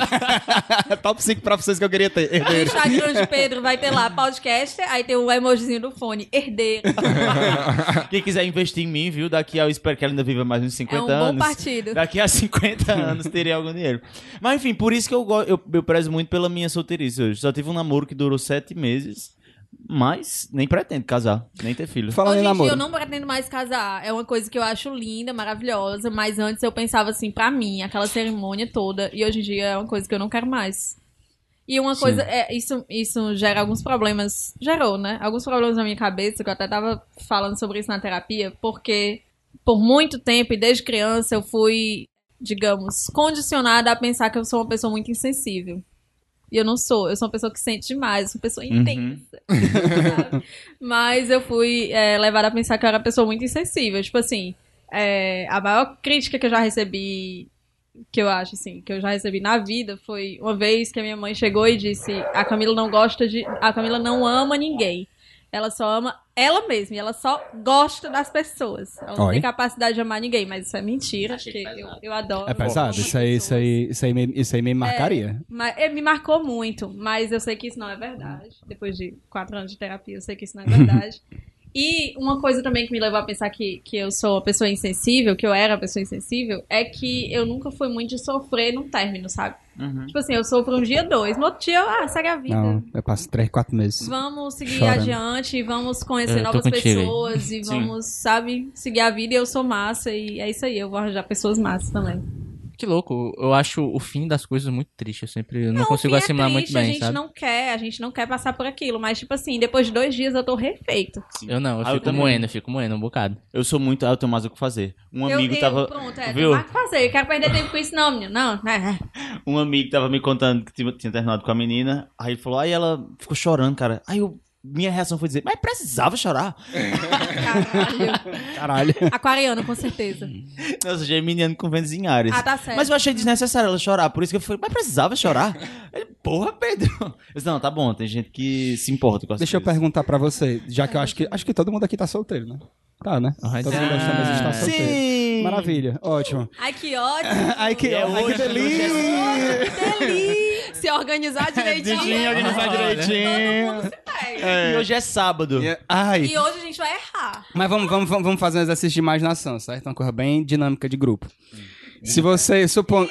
Top cinco profissões que eu queria ter. No Herdeiro. Instagram de Pedro vai ter lá podcast, aí tem o emojizinho do fone, herdeiro. Quem quiser investir em mim, viu? Daqui a, eu espero que ela ainda viva mais uns É cinquenta um bom anos. partido. Daqui a cinquenta anos teria algum dinheiro. Mas enfim, por isso que eu, go- eu, eu prezo muito pela minha solteirice hoje. Só tive um namoro que durou sete meses, mas nem pretendo casar, nem ter filho. Falando Hoje em em dia namoro. eu não pretendo mais casar. É uma coisa que eu acho linda, maravilhosa, mas antes eu pensava assim, pra mim, aquela cerimônia toda, e hoje em dia é uma coisa que eu não quero mais. E uma coisa, é, isso, isso gera alguns problemas, gerou, né? Alguns problemas na minha cabeça, que eu até tava falando sobre isso na terapia, porque por muito tempo e desde criança eu fui, digamos, condicionada a pensar que eu sou uma pessoa muito insensível. E eu não sou, eu sou uma pessoa que sente demais, eu sou uma pessoa intensa. Sabe? Mas eu fui é, levada a pensar que eu era uma pessoa muito insensível. Tipo assim, é, a maior crítica que eu já recebi, que eu acho assim, que eu já recebi na vida, foi uma vez que a minha mãe chegou e disse: a Camila não gosta de. A Camila não ama ninguém. Ela só ama ela mesma, e ela só gosta das pessoas. Ela não Oi. tem capacidade de amar ninguém, mas isso é mentira, porque eu, eu adoro. É pesado, amo isso aí, isso pessoas. aí, isso aí, me, isso aí me marcaria. Mas, é, me marcou muito, mas eu sei que isso não é verdade. Depois de quatro anos de terapia, eu sei que isso não é verdade. E uma coisa também que me levou a pensar que, que eu sou uma pessoa insensível, que eu era uma pessoa insensível, é que eu nunca fui muito de sofrer num término, sabe? Uhum. Tipo assim, eu sofro um dia, dois. No outro dia, ah, segue a vida. Não, eu passo três, quatro meses. Vamos seguir Chorando. adiante, vamos conhecer Eu tô novas contigo aí. pessoas e Sim. vamos, sabe, seguir a vida. E eu sou massa e é isso aí, eu vou arranjar pessoas massas também. Que louco, eu acho o fim das coisas muito triste. Eu sempre eu não, Não, consigo o fim assimilar é muito triste, bem, a gente sabe? não quer, a gente não quer passar por aquilo, mas tipo assim, depois de dois dias eu tô refeito. Eu não, eu Ah, eu fico também. moendo, eu fico moendo um bocado. Eu sou muito. Ah, eu tenho mais o que fazer. Um eu, amigo eu, tava. Pronto, é, viu? tem mais o que fazer, eu quero perder tempo com isso não, menino, não, é, Um amigo tava me contando que tinha, tinha terminado com a menina. Aí ele falou, aí ela ficou chorando, cara. Aí eu, minha reação foi dizer, mas precisava chorar. caralho. Caralho. Aquariano, com certeza. Nossa, geminiano com ventos em Ares. Ah, tá certo. Mas eu achei desnecessário ela chorar, por isso que eu falei, mas precisava chorar? Ele, porra, Pedro. Eu disse, não, tá bom, tem gente que se importa com as Deixa eu coisas. perguntar pra você, já que eu acho que acho que todo mundo aqui tá solteiro, né? Tá, né? Ah, Todo sim. mundo desta mesa está solteiro. Sim! Maravilha, ótimo. Ai, que ótimo. Ai, que, É ai, que hoje, delícia! Que delícia. Se organizar direitinho. Didinho, organizar Todo direitinho. mundo se pega. E hoje é sábado. Ai, E hoje a gente vai errar. mas vamos, vamos, vamos vamos fazer um exercício de imaginação, certo? Uma coisa bem dinâmica de grupo. Se você, supondo...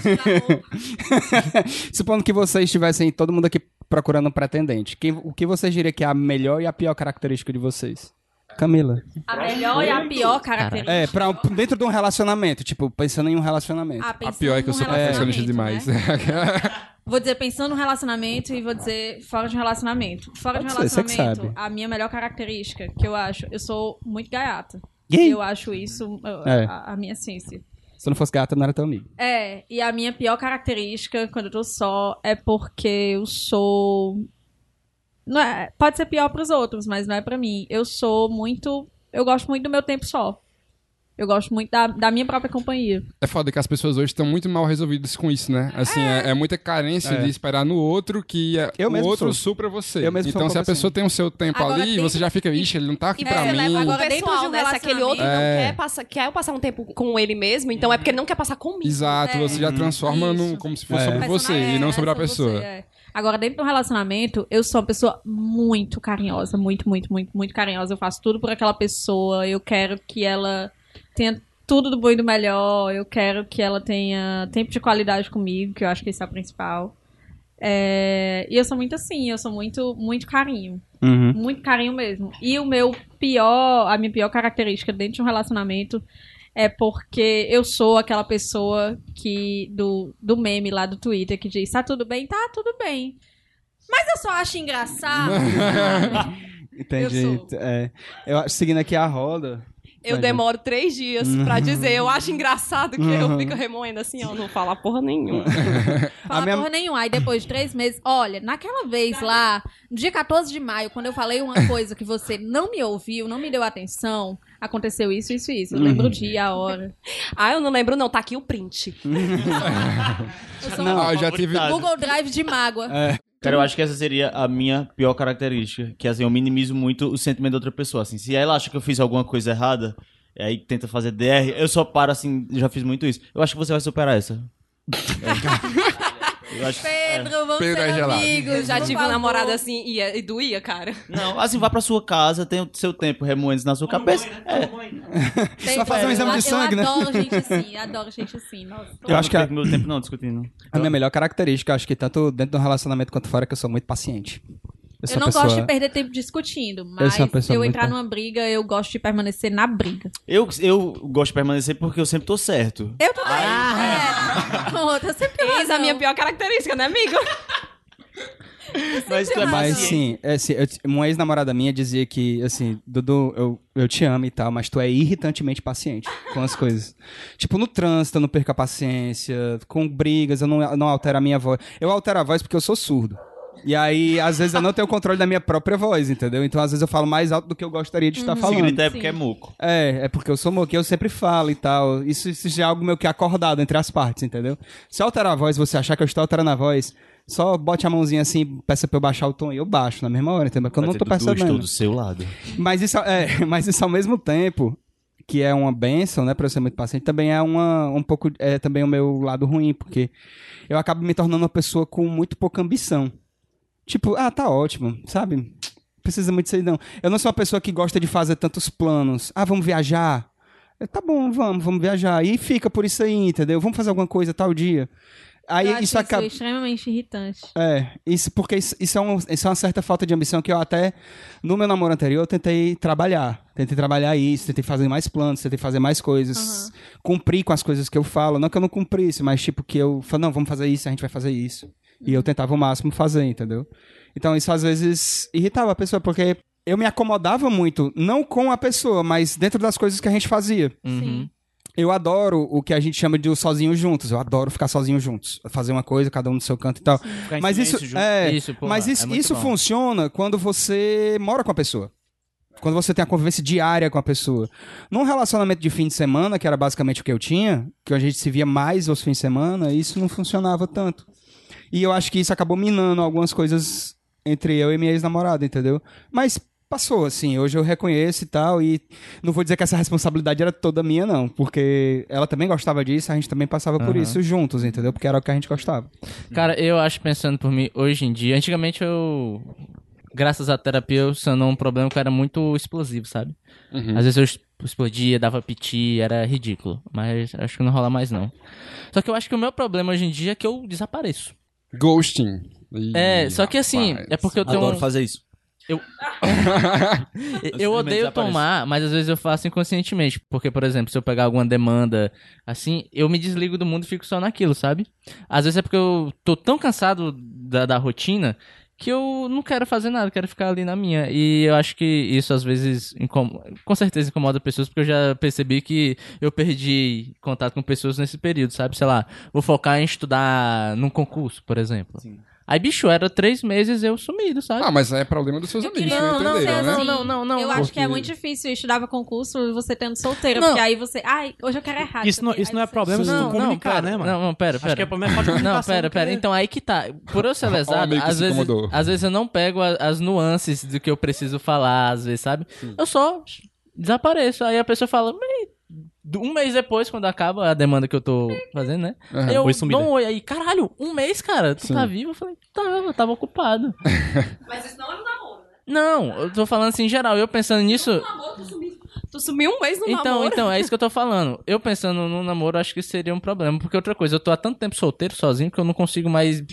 supondo que vocês estivessem, todo mundo aqui procurando um pretendente, quem, o que vocês diriam que é a melhor e a pior característica de vocês? Camila. A melhor e a pior característica. É, pra, dentro de um relacionamento, tipo, pensando em um relacionamento. Ah, A pensando pior é que eu num sou perfeccionista relacionamento, demais. né? Vou dizer pensando no relacionamento e vou dizer fora de um relacionamento. Fora de um Pode ser, você que relacionamento, sabe. a minha melhor característica, que eu acho, eu sou muito gaiata. E aí? Eu acho isso uh, É. a, a minha essência. Se eu não fosse gata, eu não era teu amigo. É, e a minha pior característica quando eu tô só é porque eu sou. Não é, pode ser pior pros outros, mas não é pra mim. Eu sou muito. Eu gosto muito do meu tempo só. Eu gosto muito da, da minha própria companhia. É foda que as pessoas hoje estão muito mal resolvidas com isso, né? Assim, é, é muita carência É. de esperar no outro que é- Eu o mesmo outro sou. supra você. Eu mesmo sou então, um se a pouco pessoa assim. tem o seu tempo Agora, ali, dentro- você já fica, ixi, ele não tá aqui E pra você mim. leva Agora, agora dentro pessoal, de um né? Se aquele outro não É. quer passar, quer passar um tempo com ele mesmo, então é porque ele não quer passar comigo. Exato, É. você já transforma Isso. num, como se fosse É. sobre você Personagem, e não é, sobre a sobre pessoa. você, é. Agora, dentro do relacionamento, eu sou uma pessoa muito carinhosa. Muito, muito, muito, muito carinhosa. Eu faço tudo por aquela pessoa. Eu quero que ela tenha tudo do bom e do melhor. Eu quero que ela tenha tempo de qualidade comigo, que eu acho que isso é o principal. É, e eu sou muito assim, eu sou muito, muito carinho. Uhum. Muito carinho mesmo. E o meu pior, a minha pior característica dentro de um relacionamento é porque eu sou aquela pessoa que do, do meme lá do Twitter que diz, tá tudo bem? Tá tudo bem. Mas eu só acho engraçado. Entendi. Eu sou. É, eu acho- seguindo aqui a roda. Eu Mas- demoro três dias pra dizer. Eu acho engraçado que eu fico remoendo assim, ó, não falar porra nenhuma. Fala A minha- porra nenhuma. Aí depois de três meses, olha, naquela vez lá, no dia quatorze de maio, quando eu falei uma coisa que você não me ouviu, não me deu atenção, aconteceu isso, isso e isso. Eu lembro o dia, a hora. Ah, eu não lembro não, tá aqui o print. Eu sou Não, um Ah, eu já tive... Google Drive de mágoa. Cara, eu acho que essa seria a minha pior característica. Que, assim, eu minimizo muito o sentimento da outra pessoa. Assim, se ela acha que eu fiz alguma coisa errada, e aí tenta fazer D R, eu só paro, assim, já fiz muito isso. Eu acho que você vai superar essa. É. Eu acho, é. Pedro, vamos Pedro é ser gelado. amigos. Eu já por tive favor. um namorado assim e, e doía, cara. Não, assim, vá pra sua casa, tem o seu tempo remoendo na sua cabeça. É. Tem- Só fazer um exame de eu sangue, né? adoro gente assim, adoro gente assim. Nossa, Eu acho que não a, perco meu tempo não discutindo. a minha melhor característica, acho que tanto dentro do relacionamento quanto fora, é que eu sou muito paciente. Eu, sou eu uma não pessoa- gosto de perder tempo discutindo, mas sou uma pessoa se eu muito- entrar numa briga, eu gosto de permanecer na briga. Eu, eu gosto de permanecer porque eu sempre tô certo. Eu também. É. Pronto, eu sempre tenho Eis a razão. minha pior característica, né, amigo? Mas tu é Mas paciente. sim, é, assim, eu- uma ex-namorada minha dizia que, assim, Dudu, eu, eu te amo e tal, mas tu é irritantemente paciente com as coisas. Tipo, no trânsito eu não perco a paciência, com brigas eu não, eu não altero a minha voz. Eu altero a voz porque eu sou surdo. E aí, às vezes, eu não tenho controle da minha própria voz, entendeu? Então, às vezes, eu falo mais alto do que eu gostaria de estar Se falando. gritar é porque é moco. É, é porque eu sou moqueiro, eu sempre falo e tal. Isso, isso já é algo meio que acordado entre as partes, entendeu? Se eu alterar a voz, você achar que eu estou alterando a voz, só bote a mãozinha assim, peça pra eu baixar o tom e eu baixo na mesma hora, entendeu? Porque eu não tô Vai ter Dudu, estou percebendo. do seu lado. Mas isso, é, mas isso ao mesmo tempo, que é uma bênção, né, pra eu ser muito paciente, também é uma, um pouco, é também o meu lado ruim, porque eu acabo me tornando uma pessoa com muito pouca ambição. Tipo, ah, tá ótimo, sabe? Precisa muito disso aí, não. Eu não sou uma pessoa que gosta de fazer tantos planos. Ah, vamos viajar? É, tá bom, vamos, vamos viajar. E fica por isso aí, entendeu? Vamos fazer alguma coisa tal dia. Aí Eu acho isso acaba. extremamente irritante. É, isso porque isso, isso, é um, isso é uma certa falta de ambição que eu até, no meu namoro anterior, eu tentei trabalhar. Tentei trabalhar isso, tentei fazer mais planos, tentei fazer mais coisas. Cumprir com as coisas que eu falo. Não que eu não cumprisse, mas tipo que eu falo, não, vamos fazer isso, a gente vai fazer isso. E eu tentava o máximo fazer, entendeu? Então isso às vezes irritava a pessoa, porque eu me acomodava muito, não com a pessoa, mas dentro das coisas que a gente fazia. Uhum. Eu adoro o que a gente chama de o sozinho juntos. Eu adoro ficar sozinho juntos. Fazer uma coisa, cada um no seu canto e tal. Ficar em Mas isso, silêncio junto. é, Isso, porra, mas isso, é muito isso bom. funciona quando você mora com a pessoa. Quando você tem a convivência diária com a pessoa. Num relacionamento de fim de semana, que era basicamente o que eu tinha, que a gente se via mais aos fins de semana, isso não funcionava tanto. E eu acho que isso acabou minando algumas coisas entre eu e minha ex-namorada, entendeu? Mas passou, assim, hoje eu reconheço e tal, e não vou dizer que essa responsabilidade era toda minha, não, porque ela também gostava disso, a gente também passava por Aham. isso juntos, entendeu? Porque era o que a gente gostava. Cara, eu acho, pensando por mim, hoje em dia, antigamente eu, graças à terapia, eu sanou um problema que eu era muito explosivo, sabe? Às vezes eu es- explodia, dava piti, era ridículo, mas acho que não rola mais não. Só que eu acho que o meu problema hoje em dia é que eu desapareço. Ghosting. Ih, É, só que assim, rapaz. é porque eu tenho Adoro um... fazer isso. Eu simplesmente odeio desapareço. tomar, mas às vezes eu faço inconscientemente. Porque, por exemplo, se eu pegar alguma demanda assim, eu me desligo do mundo e fico só naquilo, sabe? Às vezes é porque eu tô tão cansado da, da rotina que eu não quero fazer nada, quero ficar ali na minha. E eu acho que isso às vezes, incom- com certeza incomoda pessoas, porque eu já percebi que eu perdi contato com pessoas nesse período, sabe? Sei lá, vou focar em estudar num concurso, por exemplo. Aí, bicho, era três meses eu sumido, sabe? Ah, mas é problema dos seus Eu amigos, queria não, não, entenderam, não, né? não, não, não, Eu não, acho que é porque- muito difícil. Eu estudava concurso e você tendo solteira, Não. porque aí você... Ai, hoje eu quero errar. Isso não, sei o quê. isso Aí não é você- problema se tu comunicar, pera, né, mano? Não, não, pera, Acho pera. que é problema falta de Não, comunicação. pera, pera. porque- Então aí que tá. Por eu ser Ó, o lesado, amigo que às se vezes, incomodou. às vezes eu não pego a- as nuances do que eu preciso falar, às vezes, sabe? Eu só desapareço. Aí a pessoa fala, "Mas um mês depois, quando acaba a demanda que eu tô fazendo, né? Aham. Eu Oi, sumida. dou um oi aí, caralho, um mês, cara, tu Sim. tá vivo? Eu falei, tá, eu tava ocupado. Mas isso não é um namoro, né? Não, eu tô falando assim em geral, eu pensando nisso. Namoro, tu sumiu. Tu sumiu um mês no Então, namoro. então, é isso que eu tô falando. Eu pensando no namoro, acho que seria um problema. Porque outra coisa, eu tô há tanto tempo solteiro, sozinho, que eu não consigo mais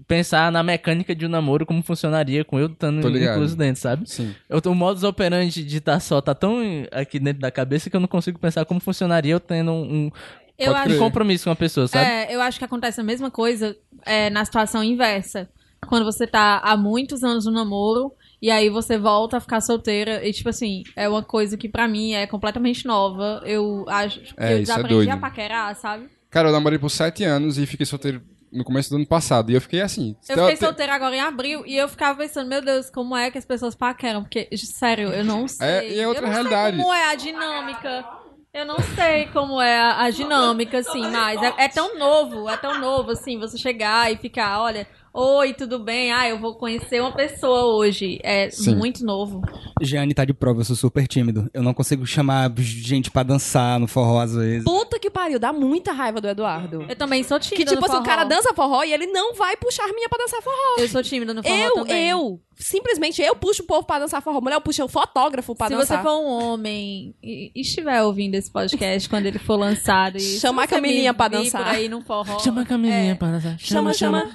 pensar na mecânica de um namoro, como funcionaria com eu estando Tô ligado. incluso dentro, sabe? Sim. Eu, o modus operandi de estar só tá tão aqui dentro da cabeça que eu não consigo pensar como funcionaria eu tendo um, Eu Pode acho, um compromisso com a pessoa, sabe? é, eu acho que acontece a mesma coisa é, na situação inversa. Quando você tá há muitos anos no namoro e aí você volta a ficar solteira e, tipo assim, é uma coisa que pra mim é completamente nova. Eu acho que É, eu isso é desaprendi doido. a paquerar, sabe? Cara, eu namorei por sete anos e fiquei solteiro no começo do ano passado. E eu fiquei assim. Eu te- fiquei te- solteira agora em abril e eu ficava pensando, meu Deus, como é que as pessoas paqueram? Porque, sério, eu não sei. É, e é outra eu não realidade. sei como é a dinâmica. Eu não sei como é a, a dinâmica, assim, mas é, é tão novo, é tão novo, assim, você chegar e ficar, olha, oi, tudo bem? Ah, eu vou conhecer uma pessoa hoje. É Sim. muito novo. Jeane tá de prova, eu sou super tímido. Eu não consigo chamar gente pra dançar no forró às vezes. Puta que pariu, dá muita raiva do Eduardo. Eu também sou tímida Que tipo no assim, o forró. cara dança forró e ele não vai puxar minha pra dançar forró. Eu sou tímida no forró Eu, também. eu, simplesmente eu puxo o povo pra dançar forró. Mulher, eu puxo o fotógrafo pra Se dançar. você for um homem e e estiver ouvindo esse podcast quando ele for lançado e se Chama a você Camilinha me pra vir dançar. por aí no forró, Chama a Camilinha é, pra dançar. Chama, chama.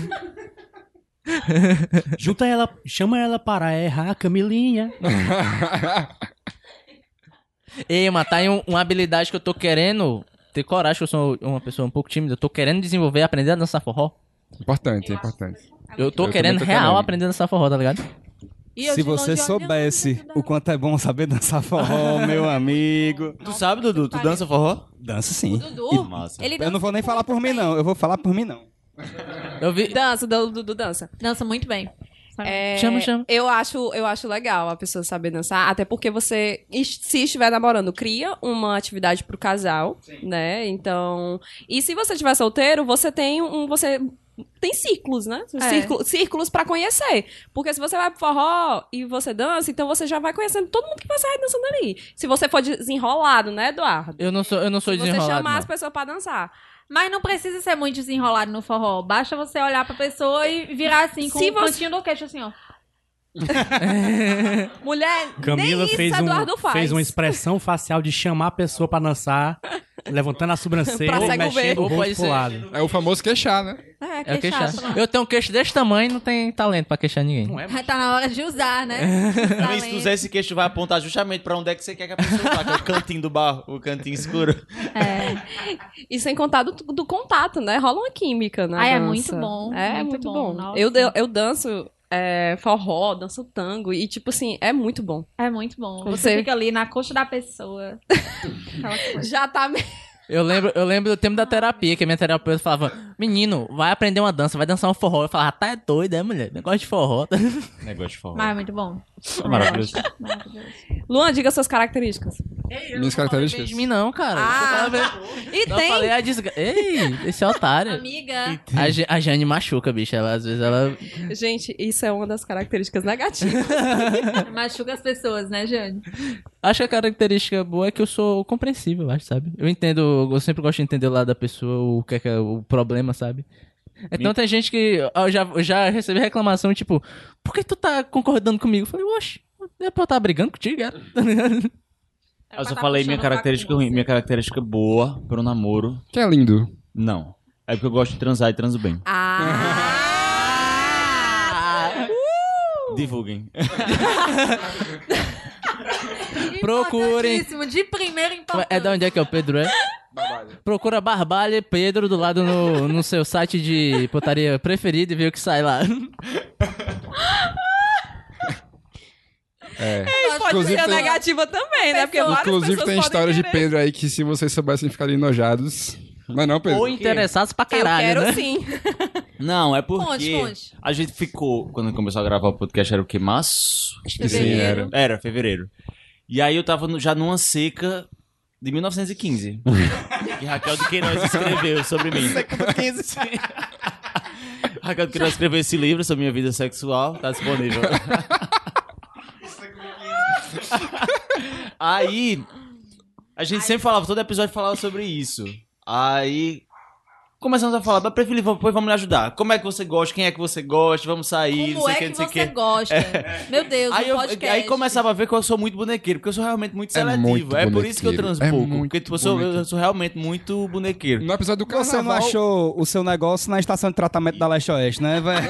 Junta ela, chama ela para errar, Camilinha. Ei, mas tá aí um- uma habilidade que eu tô querendo ter coragem, que eu sou uma pessoa um pouco tímida. Eu tô querendo desenvolver, aprender a dançar forró. Importante, é importante. Eu tô Eu querendo também tô real querendo. aprender a dançar forró, tá ligado? E eu Se de longe você olhando, soubesse olhando, o quanto é bom saber dançar forró, meu amigo. Tu sabe, Dudu? Tu dança forró? Dança sim. Dudu, Massa. ele Eu dança não vou nem falar por mim, muito não. Eu vou falar por mim, não. Eu vi. Dança, do, do, do dança. bem. Dança muito bem. Sabe? É, Chama, chama. Eu acho, eu acho legal a pessoa saber dançar, até porque você, es- se estiver namorando, cria uma atividade pro casal, né? Então, e se você estiver solteiro, você tem um, você tem círculos, né? É. Círculo- círculos pra conhecer. Porque se você vai pro forró e você dança, então você já vai conhecendo todo mundo que vai sair dançando ali. Se você for desenrolado, né, Eduardo? Eu não sou, eu não sou Se você desenrolado, chamar não. as pessoas pra dançar. Mas não precisa ser muito desenrolado no forró. Basta você olhar pra pessoa e virar assim, com Se o você- cantinho do queixo, assim, ó. Mulher, Camila nem isso fez, Eduardo um, faz. fez uma expressão facial de chamar a pessoa pra dançar, levantando a sobrancelha Pra e cego ver. mexendo o Ou pode rosto pro ser- lado. É o famoso queixar, né? É, É o queixar. queixar. Eu tenho um queixo desse tamanho e não tem talento pra queixar ninguém. Não é? Tá na hora de usar, né? Mas se tu usar esse queixo, vai apontar justamente pra onde é que você quer que a pessoa vá, que é o cantinho do bar, o cantinho escuro. É. E sem contar do, do contato, né? Rola uma química, né? Ai, é muito bom, É muito muito, bom, bom. nossa. Eu, eu, eu danço é, forró, danço tango. E, tipo assim, é muito bom. É muito bom. Você, Você- fica ali na coxa da pessoa. Aquela coisa. Já tá meio. Eu lembro, eu lembro do tempo da terapia, que a minha terapeuta falava, menino, vai aprender uma dança, vai dançar um forró. Eu falava, tá é doido, é, mulher? Negócio de forró. Negócio de forró. Mas é muito bom. É maravilhoso. Maravilhoso. Luan, diga suas características. Minhas características. De mim não, cara. Ah, Eu falava- E não, tem. eu falei a desgra... Ei, esse otário. Amiga. A, Ja- a Jane machuca, bicho. Ela, às vezes ela... Gente, isso é uma das características negativas. Machuca as pessoas, né, Jane? Acho que a característica boa é que eu sou compreensível, eu acho, sabe? Eu entendo, eu sempre gosto de entender o lado da pessoa, o que é, que é o problema, sabe? Então tem gente que eu já, eu já recebi reclamação, tipo, por que tu tá concordando comigo? Eu falei, oxe, é pra eu estar brigando contigo, cara? Eu só falei minha característica ruim. Minha característica boa pro namoro, Que é lindo. não. É porque eu gosto de transar e transo bem. Ah! Divulguem. Procurem. Importantíssimo, de primeira importância. É da onde é que é o Pedro, é? Procura Barbalha Pedro do lado no, no seu site de putaria preferido e vê o que sai lá. É. Pode Inclusive ser tem- negativa também, né? Porque várias Inclusive pessoas tem podem histórias de querer. Pedro aí que se vocês soubessem ficariam enojados. Mas não, Pedro. Ou interessados pra Eu caralho, quero né? sim. Não, é porque Conte, conte. a gente ficou, quando começou a gravar o podcast, era o que? Março? Acho que sim, era. Era, fevereiro. E aí eu tava no- já numa seca de mil novecentos e quinze. Que Raquel de Queiroz escreveu sobre mim. Raquel de Queiroz escreveu esse livro sobre minha vida sexual, tá disponível. Aí, a gente sempre falava, todo episódio falava sobre isso. Aí, Começamos a falar, mas Felipe, depois vamos lhe ajudar. Como é que você gosta? Quem é que você gosta? Vamos sair, não Como sei o é que, que não sei o você que. gosta? Meu Deus, Aí, o eu, podcast. aí começava a ver que eu sou muito bonequeiro, porque eu sou realmente muito É seletivo. muito É, por isso que eu bonequeiro, transo é pouco. muito Porque tipo, eu, sou, eu bonequeiro. sou realmente muito bonequeiro. No episódio do carnaval... Você não achou o seu negócio na estação de tratamento da Leste Oeste, né, velho?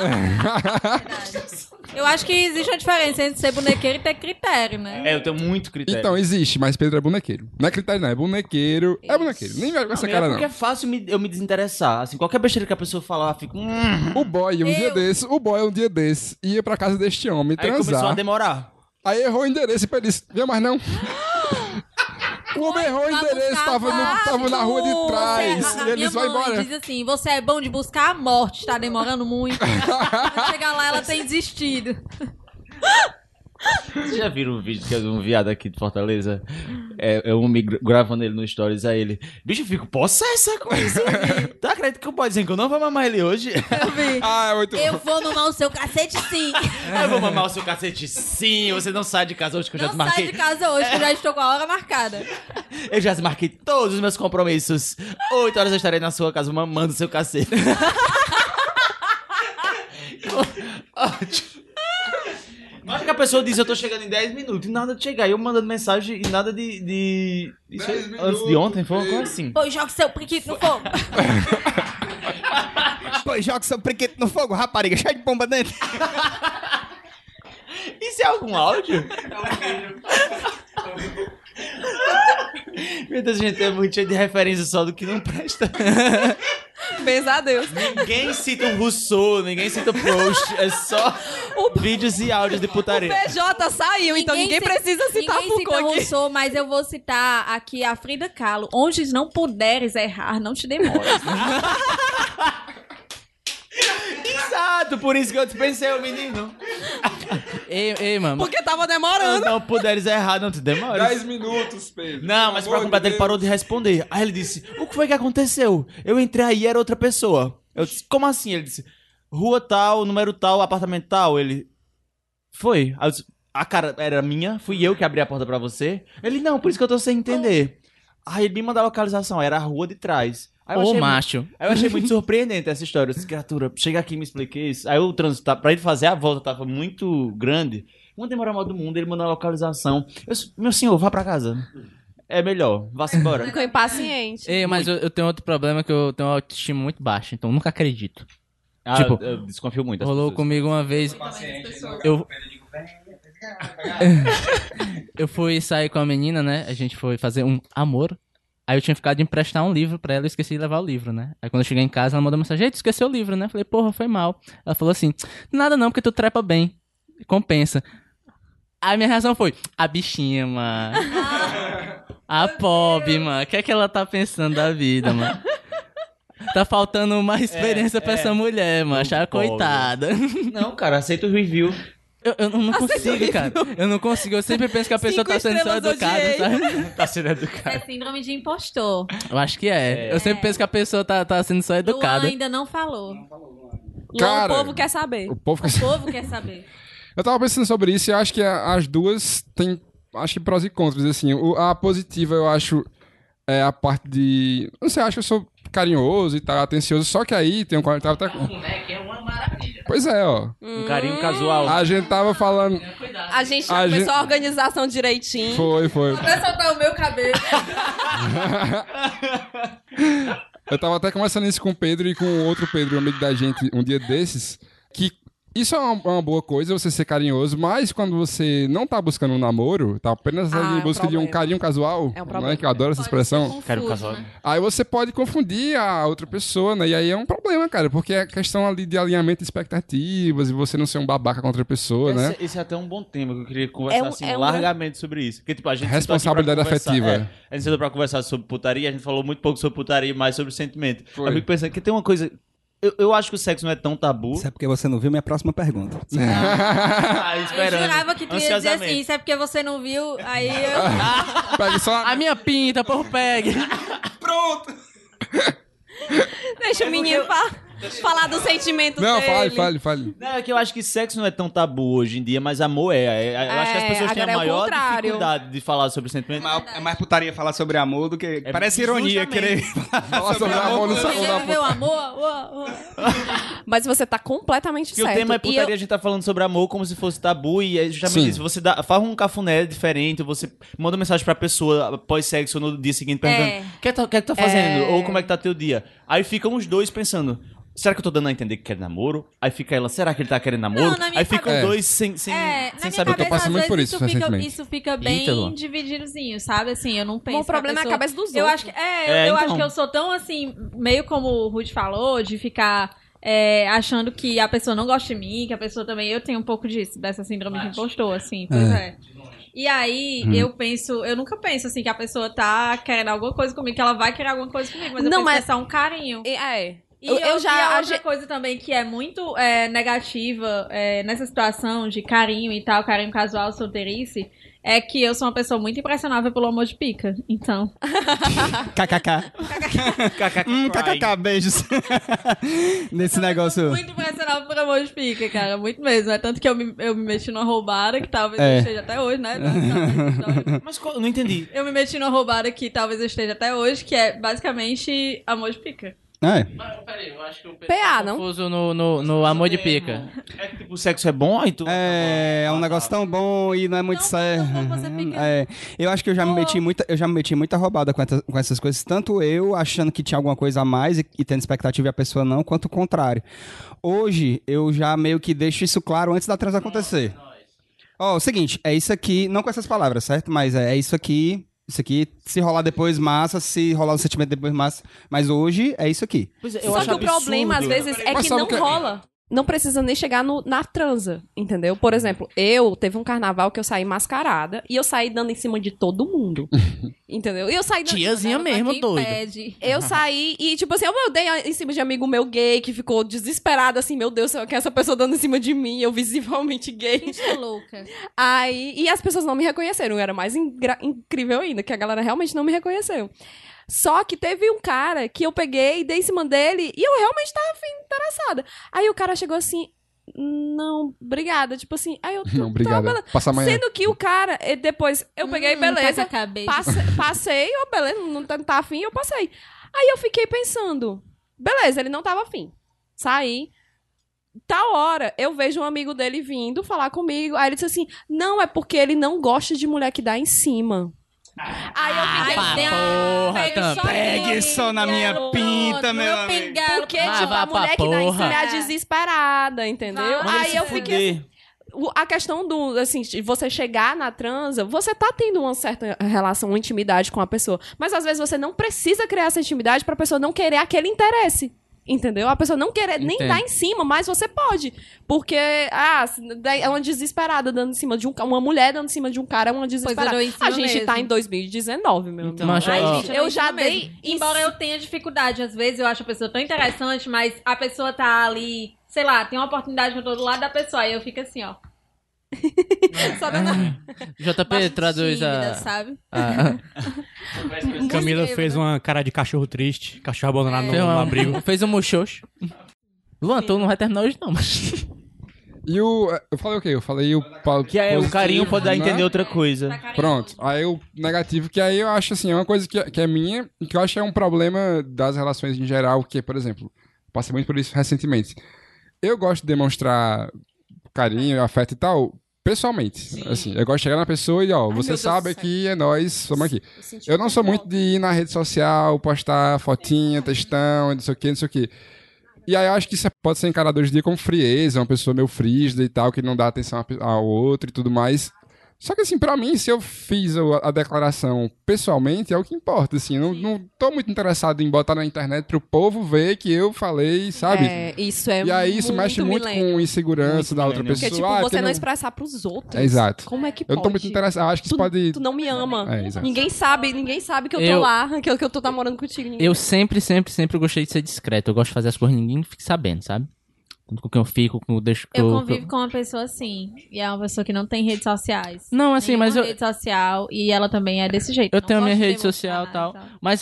Eu acho que existe uma diferença entre ser bonequeiro e ter critério, né? É, eu tenho muito critério. Então, existe, mas Pedro é bonequeiro. Não é critério, não. É bonequeiro. É bonequeiro. Nem vai com essa Não, cara, é não. porque é fácil me- eu me desinteressar. Assim, qualquer besteira que a pessoa falar, eu fico... Hum. O boy, um dia Eu- desse, o boy, um dia desse, ia pra casa deste homem Aí começou a transar. demorar. Aí errou o endereço e ele disse, vem mais não. O homem errou o Vai endereço, buscar tava, no, a- tava na rua de Você- trás. a- a E minha eles vão mãe embora. diz assim, você é bom de buscar a morte, tá demorando muito. Quando chegar lá, ela tem desistido. Vocês já viram um vídeo que é de um viado aqui de Fortaleza? É, é um me gra- gravando ele no Stories, aí ele... Bicho, eu fico possessa com isso. Tá acredito que o boy dizendo que eu não vou mamar ele hoje? Eu vi. Ah, é muito Eu bom. vou mamar o seu cacete sim. Eu vou mamar o seu cacete sim. Você não sai de casa hoje que eu já Não te sai marquei. de casa hoje, que eu já estou com a hora marcada. Eu já marquei todos os meus compromissos. Oito horas eu estarei na sua casa mamando o seu cacete. Ótimo. Mas que a pessoa diz, eu tô chegando em dez minutos e nada de chegar. E eu mandando mensagem e nada de... de... Isso foi dez antes de ontem? Foi uma coisa assim. Pô, joga seu priquito no fogo. Pô, joga seu priquito no fogo, rapariga, cheio de pomba dentro. Isso é algum áudio? Meu Deus, gente, é muito cheio de referência só do que não presta. Beijo a Deus. Ninguém cita o Rousseau, ninguém cita Proust. É só vídeos e áudios de putaria. P J saiu, então ninguém ci- precisa citar Ninguém cita Foucault aqui. Rousseau, mas eu vou citar aqui a Frida Kahlo. Onde não puderes errar, não te demores. Exato, por isso que eu dispensei o menino. Ei, ei, mano. Porque tava Não, demorando. não puderes errar, não te demores. dez minutos, Pedro. Não, mas pra Pelo amor completar de ele parou Deus. de responder. Aí ele disse, o que foi que aconteceu? Eu entrei aí e era outra pessoa. Eu disse, como assim? Ele disse, rua tal, número tal, apartamento tal. Ele, foi. Aí eu disse, a cara era minha, fui eu que abri a porta pra você. Ele, não, por isso que eu tô sem entender. Aí ele me mandou a localização, era a rua de trás. Aí eu Ô, achei macho. muito- Aí eu achei muito surpreendente essa história. Eu disse, criatura, chega aqui e me explique isso. Aí o trânsito, tá- pra ele fazer a volta, tava muito grande. Uma demora mal do mundo, ele mandou a localização. Eu disse, meu senhor, vá pra casa. É melhor, vá-se embora. Ficou impaciente. Ei, mas eu, eu tenho outro problema que eu tenho uma autoestima muito baixa, então eu nunca acredito. Ah, Tipo, eu desconfio muito. das Rolou pessoas. comigo uma vez. Eu. Eu fui sair com a menina, né? A gente foi fazer um amor. Aí eu tinha ficado de emprestar um livro pra ela e esqueci de levar o livro, né? Aí quando eu cheguei em casa, ela mandou mensagem: "Ei, tu esqueceu o livro, né?" Eu falei: "Porra, foi mal." Ela falou assim: "Nada não, porque tu trepa bem. Compensa." Aí minha reação foi: a bichinha, mano. A pobre, mano. O que é que ela tá pensando da vida, mano? Tá faltando mais experiência pra é. essa mulher, mano. Achar pobre. coitada. Não, cara, aceita o review. Eu, eu não consigo, cara. Eu não consigo. Eu sempre penso que a pessoa Cinco tá sendo só estrelas educada, odiei. sabe? Tá sendo educado. É síndrome de impostor. Eu acho que é. Eu sempre penso que a pessoa tá, tá sendo só Luan educada. ainda não falou. Cara, o povo quer saber. O povo quer O povo quer saber. Eu tava pensando sobre isso e acho que a- as duas têm, acho que prós e contras, assim. O- a positiva eu acho é a parte de, não sei, acho que eu sou carinhoso e tal, atencioso, só que aí tem um tava até moleque é uma maravilha. Pois é, ó. Um carinho casual. A gente tava falando, A gente A começou gente- a organização direitinho. foi, foi. Vai soltar o meu cabelo. Eu tava até conversando isso com o Pedro e com outro Pedro, um amigo da gente, um dia desses, que isso é uma, uma boa coisa, você ser carinhoso, mas quando você não tá buscando um namoro, tá apenas Ah, ali é em um busca de um problema. carinho casual, É um né, problema. que eu adoro essa expressão, Carinho casual. aí você pode confundir a outra pessoa, né, e aí é um problema, cara, porque é questão ali de alinhamento de expectativas e você não ser um babaca com outra pessoa, né? Esse, esse é até um bom tema que eu queria conversar É um- assim, é um- largamente sobre isso. Porque, tipo, a gente Responsabilidade sentou aqui pra conversar- afetiva. É, a gente sentou pra conversar sobre putaria, a gente falou muito pouco sobre putaria, mais sobre sentimento. Foi. Eu fico pensando que tem uma coisa... Eu, eu acho que o sexo não é tão tabu. Isso é porque você não viu minha próxima pergunta. Ah, Eu esperando. jurava que tu ia dizer ansiosamente. assim, isso é porque você não viu, aí eu... Pega só... A minha pinta, por pegue. Deixa o menino falar. Falar do sentimento Não, dele. fale, fale, fale. Não, é que eu acho que sexo não é tão tabu hoje em dia, mas amor é. É, Eu acho que as É, pessoas têm a agora é o maior contrário. dificuldade de falar sobre sentimento. É mais- é mais putaria falar sobre amor do que... É Parece ironia justamente. querer Falar sobre amor no salão da Meu amor, ué, ué. Mas você tá completamente Porque o certo. tema é E putaria, eu- a gente tá falando sobre amor como se fosse tabu, e é justamente Sim. isso. Você dá, faz um cafuné diferente, você manda uma mensagem pra pessoa após sexo no dia seguinte perguntando: É. o que, é que, tá- o que é que tá fazendo? É. Ou como é que tá teu dia? Aí ficam os dois pensando: será que eu tô dando a entender que quer namoro? Aí fica ela: será que ele tá querendo namoro? Não, na minha Aí ficam cabeça- os dois sem, sem, É, na sem minha saber o que cabeça, passando às muito por vezes isso isso fica, recentemente. isso fica bem Ítalo. divididozinho, sabe? Assim, eu não penso. o problema que a é a pessoa- cabeça dos Eu outros. acho que, é, É, eu então. acho que eu sou tão assim, meio como o Ruth falou, de ficar é, achando que a pessoa não gosta de mim, que a pessoa também. Eu tenho um pouco disso, dessa síndrome de impostor, assim, pois é. E aí, Hum. eu penso, eu nunca penso assim que a pessoa tá querendo alguma coisa comigo, que ela vai querer alguma coisa comigo, mas eu Não, penso mas- que é só um carinho. E- É. E Eu, eu já... E a a outra ge- coisa também que é muito é, negativa é, nessa situação de carinho e tal, carinho casual, solteirice, é que eu sou uma pessoa muito impressionável pelo amor de pica. Então. KKK. Hum, kkk, beijos. Nesse negócio... Muito impressionável pelo amor de pica, cara. Muito mesmo. É tanto que eu me, eu me meti numa roubada, que talvez É. eu esteja até hoje, né? Não, Mas qual- eu não entendi. eu me meti numa roubada que talvez eu esteja até hoje, que é basicamente amor de pica. É. Peraí, eu acho que o P A, não? confuso no, no, no amor de pica. É que tipo, o sexo é bom, aí tu. É, é um negócio tão bom e não é muito Tão bom, certo. tão bom, você fica- É, eu acho que eu já me Pô. meti muita, eu já me meti muita roubada com, essa- com essas coisas, tanto eu achando que tinha alguma coisa a mais e, e tendo expectativa e a pessoa não, quanto o contrário. Hoje eu já meio que deixo isso claro antes da trans acontecer. Ó, o seguinte, é isso aqui, não com essas palavras, certo? Mas é, é isso aqui, isso aqui, se rolar depois massa, se rolar o sentimento depois massa, mas hoje é isso aqui. Pois é, eu Só acho que o problema, às absurdo. vezes, é Mas que sabe não o que- rola. Não precisa nem chegar no- na transa, entendeu? Por exemplo, eu teve um carnaval que eu saí mascarada e eu saí dando em cima de todo mundo. Entendeu? E eu saí dando... Tiazinha mesmo, Quem doido. pede? Eu saí e, tipo assim, eu eu dei em cima de amigo meu gay que ficou desesperado, assim, meu Deus, que essa pessoa dando em cima de mim, eu visivelmente gay. Gente é louca. Aí, e as pessoas não me reconheceram, era mais ingra- incrível ainda, que a galera realmente não me reconheceu. Só que teve um cara que eu peguei, dei em cima dele, e eu realmente tava afim, interessada. Aí o cara chegou assim, não, obrigada, tipo assim, aí eu... Não, tá, obrigada. beleza. Passa amanhã. Sendo que o cara, eh, depois, eu peguei, Hum, beleza, kkk, beijo. passe- passei, ó, beleza, não tá, tá afim, eu passei. Aí eu fiquei pensando, beleza, ele não tava afim. Saí. Tal hora, eu vejo um amigo dele vindo falar comigo. Aí ele disse assim: não, é porque ele não gosta de mulher que dá em cima. Aí eu fiquei pá, assim, porra, Pega também. só Pegue nele, só na minha pronto, pinta, no meu amigo. pingalo, porque, Mas tipo, vá a pra mulher que dá em cima é a porra. desesperada, entendeu? Vai. Aí eu fiquei. O- A questão do, assim, de você chegar na transa, você tá tendo uma certa relação, uma intimidade com a pessoa. Mas às vezes você não precisa criar essa intimidade pra pessoa não querer aquele interesse. Entendeu? A pessoa não querer nem Entendo. dar em cima, mas você pode. Porque, ah, daí é uma desesperada dando em cima de um cara. Uma mulher dando em cima de um cara é uma desesperada. dou em cima A gente mesmo. tá em dois mil e dezenove, meu Então, amigo. mas, Ai, ó, gente, eu já dei. mesmo. Embora eu tenha dificuldade, às vezes eu acho a pessoa tão interessante, mas a pessoa tá ali, sei lá, tem uma oportunidade que eu tô do lado da pessoa, aí eu fico assim, ó. Só dando J P bastante traduz tímida, a... sabe? a- Camila Música, fez né? uma cara de cachorro triste, cachorro abandonado no, fez, no uma- abrigo. fez um muxoxo. Luan, tu não vai terminar hoje não, mas... E o. Eu falei o quê? Eu falei o. pa- Que é, o positivo, carinho pode dar a né? entender outra coisa. Tá carinhoso. Pronto. Aí o negativo, que aí eu acho assim, é uma coisa que, que é minha e que eu acho que é um problema das relações em geral, que, por exemplo, passei muito por isso recentemente. Eu gosto de demonstrar carinho, afeto e tal, pessoalmente. Assim, eu gosto de chegar na pessoa e, ó, meu você Deus sabe do céu. que é nós, somos aqui. Eu senti Eu não sou controle. muito de ir na rede social, postar fotinha, textão, não sei o que, não sei o que. E aí eu acho que isso pode ser encarado hoje em dia como frieza, uma pessoa meio frígida e tal, que não dá atenção a pe- ao outro e tudo mais. Só que assim, pra mim, se eu fiz o- a declaração pessoalmente, é o que importa, assim. Eu não, não tô muito interessado em botar na internet pro povo ver que eu falei, sabe? É, isso é E aí isso muito mexe muito milênio. com insegurança Muito da outra milênio. pessoa. Porque, tipo, Ah, você porque não não- expressar pros outros. É, exato. Como é que Eu pode? não tô muito interessado. Eu acho que isso Tu, pode... tu não me ama. É, exato. Ninguém sabe, ninguém sabe que eu tô Eu- lá, que eu, que eu tô namorando contigo. Ninguém Eu sempre, sempre, sempre gostei de ser discreto. Eu gosto de fazer as coisas e ninguém fique sabendo, sabe? Tanto com quem eu fico, com o deixo que Eu eu... convivo com uma pessoa assim, e é uma pessoa que não tem redes sociais. Não, assim, Nenhuma mas eu... rede social, e ela também é desse jeito. Eu não tenho a minha gosta de rede social e demonstrar tal. Mas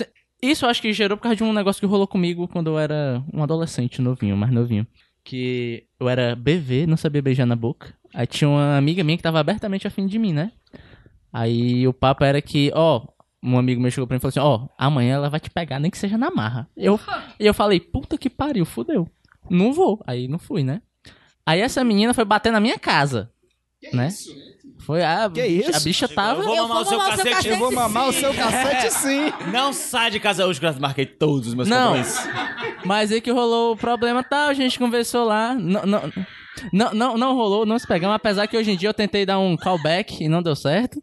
Isso eu acho que gerou por causa de um negócio que rolou comigo quando eu era um adolescente novinho, mais novinho. Que eu era B V, não sabia beijar na boca. Aí tinha uma amiga minha que tava abertamente afim de mim, né? Aí o papo era que, ó, um amigo meu chegou pra mim e falou assim, ó, amanhã ela vai te pegar, nem que seja na marra. Eu, e eu falei, puta que pariu, fudeu. Não vou. Aí não fui, né? Aí essa menina foi bater na minha casa, que né? Isso? Foi a, que isso? A bicha tava... Eu vou mamar o seu cacete. Eu vou mamar o seu cacete, sim. Não sai de casa hoje que eu marquei todos os meus não, compromissos. Mas aí que rolou o problema tal, a gente conversou lá, não... não Não, não, não rolou, não se pegamos, apesar que hoje em dia eu tentei dar um callback e não deu certo.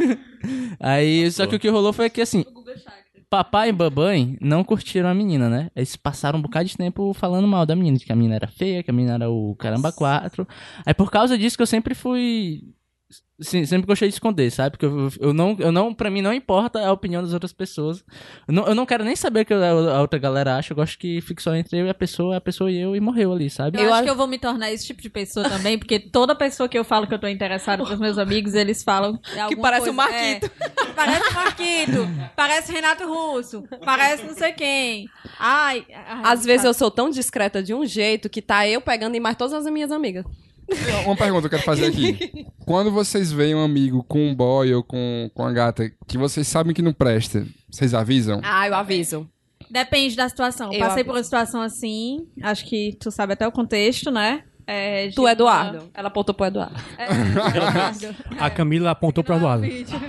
Aí, Nossa. Só que o que rolou foi que assim, papai e babãe não curtiram a menina, né? Eles passaram um bocado de tempo falando mal da menina, que a menina era feia, que a menina era o caramba quatro. Aí por causa disso que eu sempre fui... Sim, sempre gostei de esconder, sabe? Porque eu, eu, não, eu não, pra mim não importa a opinião das outras pessoas. Eu não, eu não quero nem saber o que a, a outra galera acha. Eu gosto que fique só entre eu e a pessoa, a pessoa e eu, e morreu ali, sabe? Eu, eu acho que eu vou me tornar esse tipo de pessoa também, porque toda pessoa que eu falo que eu tô interessada pros meus amigos, eles falam que parece o Marquito. É, parece o Marquito, parece Renato Russo, parece não sei quem. Ai, ai Às vezes eu sou tão discreta de um jeito que tá eu pegando em mais todas as minhas amigas. Uma pergunta que eu quero fazer aqui. Quando vocês veem um amigo com um boy ou com, com a gata que vocês sabem que não presta, vocês avisam? Ah, eu aviso. Depende da situação. Eu Passei aviso. por uma situação assim, acho que tu sabe até o contexto, né? É, tu, Eduardo. Uma... Ela apontou pro Eduardo. É, Eduardo. A Camila apontou pro Eduardo.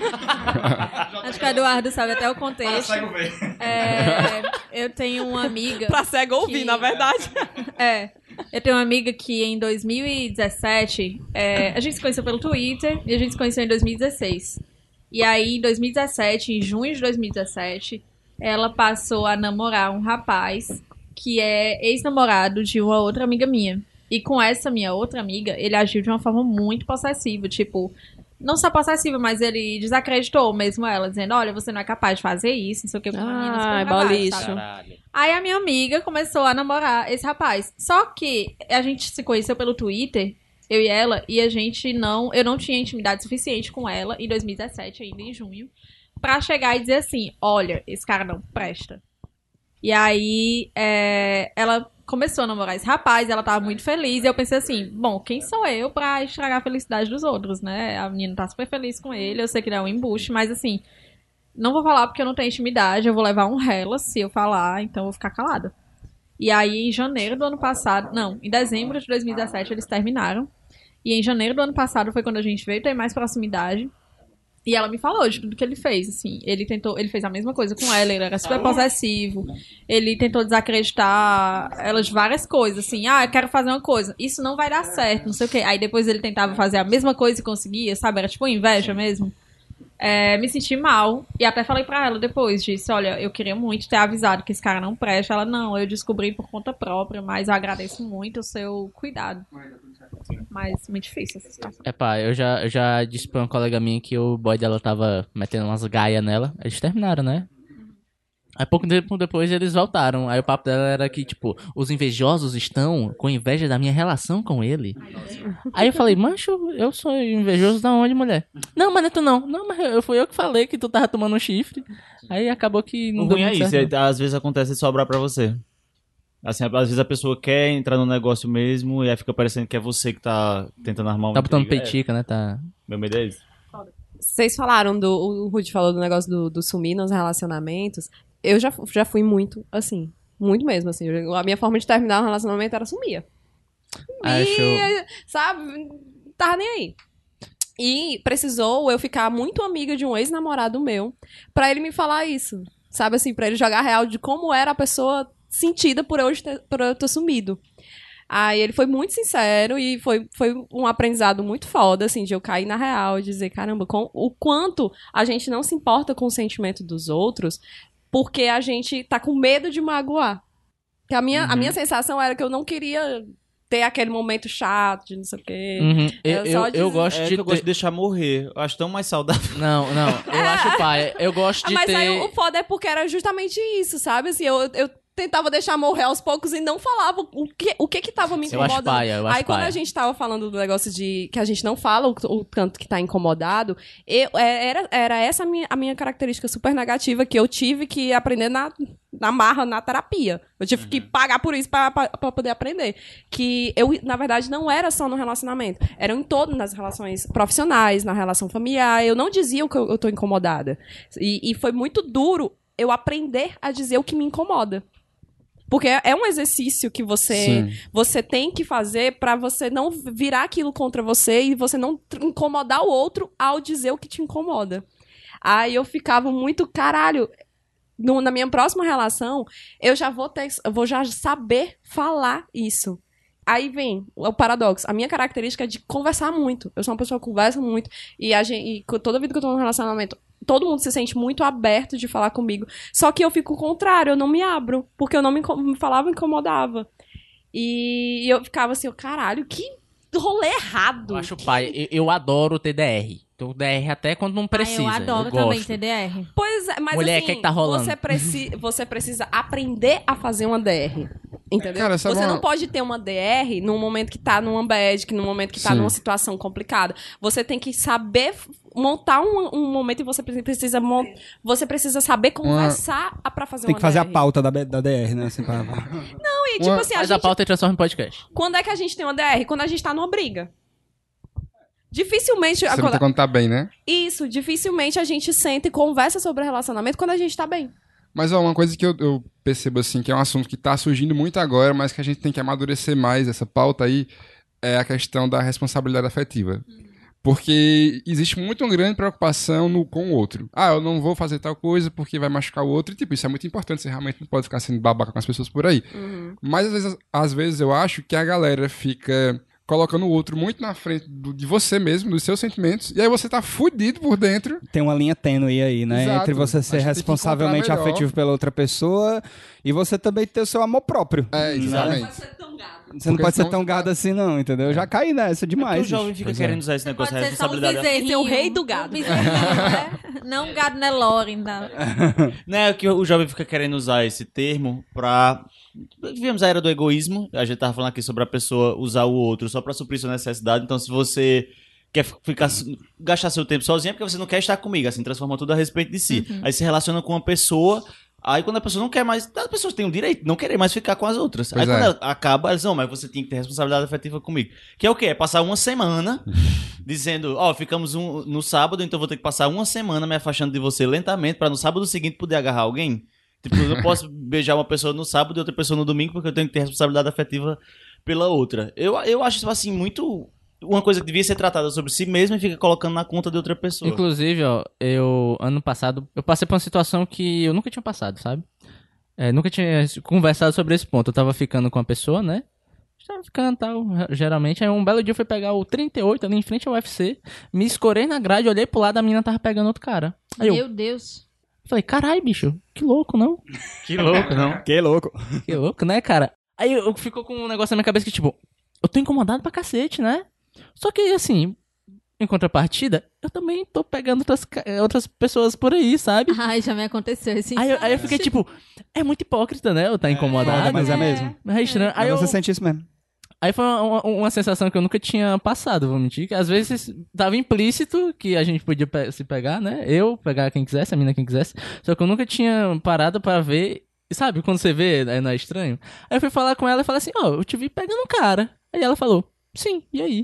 Acho que o Eduardo sabe até o contexto. É, eu tenho uma amiga... Pra cego ouvir, que... na verdade. É. Eu tenho uma amiga que em dois mil e dezessete, é, a gente se conheceu pelo Twitter e a gente se conheceu em dois mil e dezesseis. E aí, em dois mil e dezessete, em junho de dois mil e dezessete, ela passou a namorar um rapaz que é ex-namorado de uma outra amiga minha. E com essa minha outra amiga, ele agiu de uma forma muito possessiva, tipo... Não só possessiva, mas ele desacreditou mesmo ela, dizendo, olha, você não é capaz de fazer isso, não sei o que. Ah, bolicho. Aí a minha amiga começou a namorar esse rapaz. Só que a gente se conheceu pelo Twitter, eu e ela, e a gente não... Eu não tinha intimidade suficiente com ela, em dois mil e dezessete, ainda em junho, pra chegar e dizer assim, olha, esse cara não presta. E aí, é, ela... começou a namorar esse rapaz, ela tava muito feliz, e eu pensei assim, bom, quem sou eu pra estragar a felicidade dos outros, né? A menina tá super feliz com ele, eu sei que ele é um embuste, mas assim, não vou falar porque eu não tenho intimidade, eu vou levar um rela se eu falar, então eu vou ficar calada. E aí, em janeiro do ano passado, não, em dezembro de dois mil e dezessete eles terminaram, e em janeiro do ano passado foi quando a gente veio ter mais proximidade. E ela me falou de tudo que ele fez, assim. Ele tentou, ele fez a mesma coisa com ela, ele era super possessivo. Ele tentou desacreditar ela de várias coisas, assim. Ah, eu quero fazer uma coisa. Isso não vai dar certo, não sei o quê. Aí depois ele tentava fazer a mesma coisa e conseguia, sabe? Era tipo inveja mesmo. É, me senti mal. E até falei pra ela depois, disse, olha, eu queria muito ter avisado que esse cara não presta. Ela, não, eu descobri por conta própria, mas eu agradeço muito o seu cuidado. Mas muito difícil essa situação. É pá, eu já, eu já disse pra uma colega minha que o boy dela tava metendo umas gaias nela. Eles terminaram, né? Aí pouco tempo depois eles voltaram. Aí o papo dela era que, tipo, os invejosos estão com inveja da minha relação com ele. Aí eu falei, mancho, eu sou invejoso da onde, mulher? Não, mas não é tu não. Não, mas eu, fui eu que falei que tu tava tomando um chifre. Aí acabou que não o deu ruim muito é certo. isso, às vezes acontece de sobrar pra você. Assim, às vezes a pessoa quer entrar no negócio mesmo e aí fica parecendo que é você que tá tentando armar um Tá botando intriga. peitica, é. né? Tá... Meu medo é isso. Vocês falaram do... O Rudy falou do negócio do, do sumir nos relacionamentos. Eu já, já fui muito, assim. Muito mesmo, assim. Eu, a minha forma de terminar um relacionamento era sumir. Acho... E, sabe? Tava nem aí. E precisou eu ficar muito amiga de um ex-namorado meu pra ele me falar isso. Sabe, assim, pra ele jogar real de como era a pessoa sentida por eu ter, por eu ter sumido. Aí ele foi muito sincero e foi, foi um aprendizado muito foda, assim, de eu cair na real e dizer, caramba, com, o quanto a gente não se importa com o sentimento dos outros porque a gente tá com medo de magoar. Que a minha, uhum. a minha sensação era que eu não queria ter aquele momento chato de não sei o quê. Uhum. Eu, eu, dizer... eu gosto é de que eu ter... gosto de deixar morrer. Eu acho tão mais saudável. Não, não. Eu acho, pai, eu gosto de Mas ter... aí o foda é porque era justamente isso, sabe? Assim, eu, eu tentava deixar morrer aos poucos e não falava o que o que que tava me Eu acho incomodando. paia, eu acho Aí quando paia. a gente tava falando do negócio de que a gente não fala o, o tanto que tá incomodado, eu, é, era, era essa a minha, a minha característica super negativa que eu tive que aprender na, na marra, na terapia. Eu tive que pagar por isso pra, pra, pra poder aprender. Que eu, na verdade, não era só no relacionamento. Era em todo, nas relações profissionais, na relação familiar. Eu não dizia o que eu, eu tô incomodada. E, e foi muito duro eu aprender a dizer o que me incomoda. Porque é um exercício que você, você tem que fazer pra você não virar aquilo contra você e você não tr- incomodar o outro ao dizer o que te incomoda. Aí eu ficava muito, caralho, no- na minha próxima relação, eu já vou ter, eu vou já saber falar isso. Aí vem o paradoxo. A minha característica é de conversar muito. Eu sou uma pessoa que conversa muito. E, a gente, e co- toda vida que eu tô num relacionamento, todo mundo se sente muito aberto de falar comigo. Só que eu fico o contrário, eu não me abro. Porque eu não me, inco- me falava e incomodava. E eu ficava assim, caralho, que rolê errado. Eu acho pai. Eu, eu adoro T D R. Então, D R até quando não precisa. Ah, eu adoro eu também gosto. T D R. Pois é, mas Mulher, assim, o que é que tá rolando? Você, preci você precisa aprender a fazer uma D R. Entendeu? Cara, sabe você uma- não pode ter uma D R num momento que tá numa bad, que num momento que tá Sim. numa situação complicada. Você tem que saber f- montar um, um momento e você pre- precisa mon você precisa saber conversar a pra fazer Tem uma que fazer D a R. pauta da, B- da D R, né? Assim, pra... Não, e tipo Uma- assim, a Faz a gente... pauta e transforma em podcast. Quando é que a gente tem uma D R? Quando a gente tá numa briga. Dificilmente... Você quando- não tem quando tá bem, né? Isso, dificilmente a gente senta e conversa sobre relacionamento quando a gente tá bem. Mas ó, uma coisa que eu, eu percebo assim, que é um assunto que tá surgindo muito agora, mas que a gente tem que amadurecer mais essa pauta aí, é a questão da responsabilidade afetiva. Porque existe muito uma grande preocupação no, com o outro. Ah, eu não vou fazer tal coisa porque vai machucar o outro. E tipo, isso é muito importante, você realmente não pode ficar sendo babaca com as pessoas por aí. Mas às vezes, às vezes eu acho que a galera fica colocando o outro muito na frente do- de você mesmo, dos seus sentimentos, e aí você tá fudido por dentro. Tem uma linha tênue aí, né? Exato. Entre você A ser gente tem que responsavelmente encontrar melhor. afetivo pela outra pessoa e você também ter o seu amor próprio. É, exatamente. Você não Porque pode ser senão tão você tá- gado assim, não, entendeu? Eu já caí nessa Porque demais. o jovem bicho. fica Pois é. querendo usar esse negócio da Pode ser só um responsabilidade. bezerrinho. Esse é o rei do gado. Um bezerrinho, né? Não um gado, né, Loren. Tá? Não é que o jovem fica querendo usar esse termo pra... Vivemos a era do egoísmo. A gente tava falando aqui sobre a pessoa usar o outro só pra suprir sua necessidade. Então, se você quer ficar, gastar seu tempo sozinho, é porque você não quer estar comigo. Assim, transforma tudo a respeito de si. Aí se relaciona com uma pessoa... Aí quando a pessoa não quer mais... As pessoas têm o direito de não querer mais ficar com as outras. Pois Aí é. quando ela acaba, elas dizem, "Não, mas você tem que ter responsabilidade afetiva comigo." Que é o quê? É passar uma semana dizendo, ó, ficamos um, no sábado, então vou ter que passar uma semana me afastando de você lentamente pra no sábado seguinte poder agarrar alguém. Tipo, eu não posso beijar uma pessoa no sábado e outra pessoa no domingo porque eu tenho que ter responsabilidade afetiva pela outra. Eu, eu acho isso, assim, muito... Uma coisa que devia ser tratada sobre si mesmo e fica colocando na conta de outra pessoa. Inclusive, ó, eu, ano passado, eu passei por uma situação que eu nunca tinha passado, sabe? É, nunca tinha conversado sobre esse ponto. Eu tava ficando com a pessoa, né? Tava ficando e tal, geralmente. Aí um belo dia eu fui pegar o trinta e oito ali em frente ao U F C, me escorei na grade, olhei pro lado, a menina tava pegando outro cara. Aí eu Meu Deus. falei, carai, bicho, que louco, não? Que louco, não? Que louco. Que louco, né, cara? Aí eu, eu ficou com um negócio na minha cabeça que, tipo, eu tô incomodado pra cacete, né? Só que, assim, em contrapartida, eu também tô pegando outras, ca- outras pessoas por aí, sabe? Ai, já me aconteceu esse Aí eu, aí eu fiquei, tipo, é muito hipócrita, né? Eu tá incomodado. Mas é mesmo. Mas é estranho. Aí, Mas eu, você sente isso mesmo. aí foi uma, uma- uma sensação que eu nunca tinha passado, vou mentir. Que às vezes tava implícito que a gente podia pe- se pegar, né? Eu pegar quem quisesse, a mina quem quisesse. Só que eu nunca tinha parado pra ver. Sabe, quando você vê, aí não é estranho? Aí eu fui falar com ela e falei assim, ó, eu te vi pegando um cara. Aí ela falou, sim, e aí?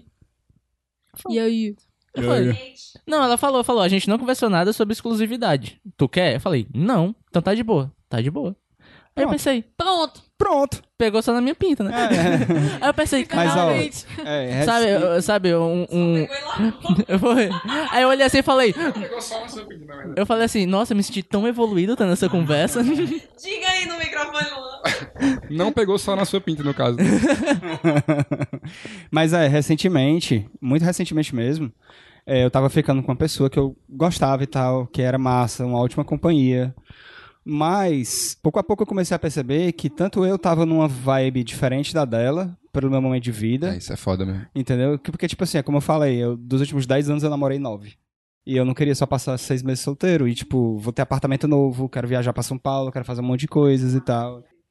E aí? Eu falei, não, ela falou, falou, a gente não conversou nada sobre exclusividade. Tu quer? Eu falei, não, então tá de boa, tá de boa. Aí eu Pronto. pensei, Pronto. Pronto. pegou só na minha pinta, né? É. Aí eu pensei, Mas, ó, caralho, é, é- sabe, eu- sabe, um... um... eu falei, aí eu olhei assim e falei, Pegou só na sua opinião, na verdade. eu falei assim, nossa, eu me senti tão evoluído tá nessa conversa. Diga aí no microfone, Luan. Não pegou só na sua pinta, no caso. Mas é, recentemente, muito recentemente mesmo, é, eu tava ficando com uma pessoa que eu gostava e tal, que era massa, uma ótima companhia. Mas, pouco a pouco eu comecei a perceber que tanto eu tava numa vibe diferente da dela, pelo meu momento de vida, É, isso é foda mesmo. entendeu? Que- Porque, tipo assim, é como eu falei, eu, dos últimos dez anos eu namorei nove. E eu não queria só passar seis meses solteiro. E, tipo, vou ter apartamento novo, quero viajar pra São Paulo, quero fazer um monte de coisas e tal.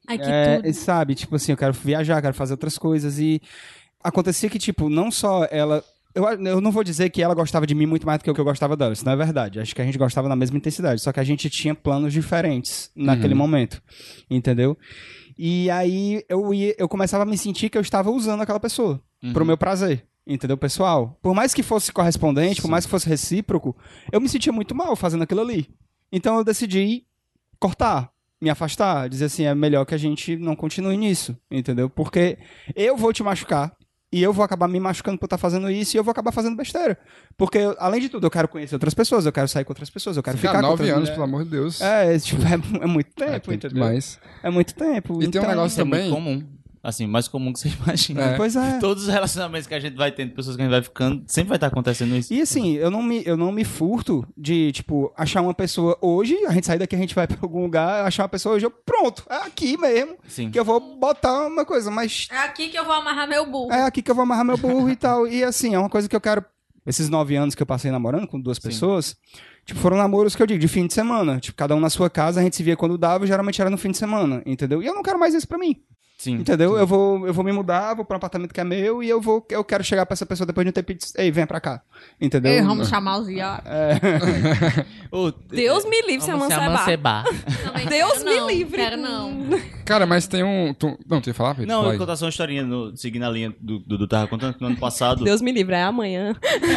Ai, que É, tudo. sabe, tipo assim, eu quero viajar, quero fazer outras coisas. E acontecia que, tipo, não só ela... Eu, eu não vou dizer que ela gostava de mim muito mais do que eu, que eu gostava dela, isso não é verdade. Acho que a gente gostava na mesma intensidade, só que a gente tinha planos diferentes naquele momento, entendeu? E aí eu, ia, eu começava a me sentir que eu estava usando aquela pessoa pro meu prazer, entendeu, pessoal? Por mais que fosse correspondente, por mais que fosse recíproco, eu me sentia muito mal fazendo aquilo ali. Então eu decidi cortar, me afastar, dizer assim, é melhor que a gente não continue nisso, entendeu? Porque eu vou te machucar, e eu vou acabar me machucando por estar fazendo isso, e eu vou acabar fazendo besteira. Porque, eu, além de tudo, eu quero conhecer outras pessoas, eu quero sair com outras pessoas, eu quero Ficar ficar com nove outras anos, mulheres. pelo amor de Deus. É, tipo, é, é muito É tempo, tempo entendeu? demais. É muito tempo. E tem um então- negócio Isso é também... muito comum. Assim, mais comum que você imagina. É. Pois é. Todos os relacionamentos que a gente vai tendo, pessoas que a gente vai ficando, sempre vai estar acontecendo isso. E assim, eu não, me, eu não me furto de, tipo, achar uma pessoa hoje, a gente sair daqui, a gente vai pra algum lugar, achar uma pessoa hoje, eu, pronto, é aqui mesmo, Sim. que eu vou botar uma coisa, mas É aqui que eu vou amarrar meu burro. é aqui que eu vou amarrar meu burro e tal. E assim, é uma coisa que eu quero. Esses nove anos que eu passei namorando com duas Sim. pessoas, tipo, foram namoros que eu digo, de fim de semana. Tipo, cada um na sua casa, a gente se via quando dava, e geralmente era no fim de semana, entendeu? E eu não quero mais isso pra mim. Sim. Entendeu? Eu vou, eu vou me mudar, vou pra um apartamento que é meu e eu vou, eu quero chegar pra essa pessoa depois de um tempo e dizer, ei, vem pra cá. Entendeu? Ei, vamos chamar os viados. Ô, Deus me livre se Vamos se amancebar. amancebar. Deus me não, livre. Quero não. Cara, mas tem um... Tu... Não, tu ia falar, Pedro? Não, eu Fala vou aí. contar só uma historinha, no, seguindo a linha do Dudu tava contando, que no ano passado... Deus me livre, é amanhã.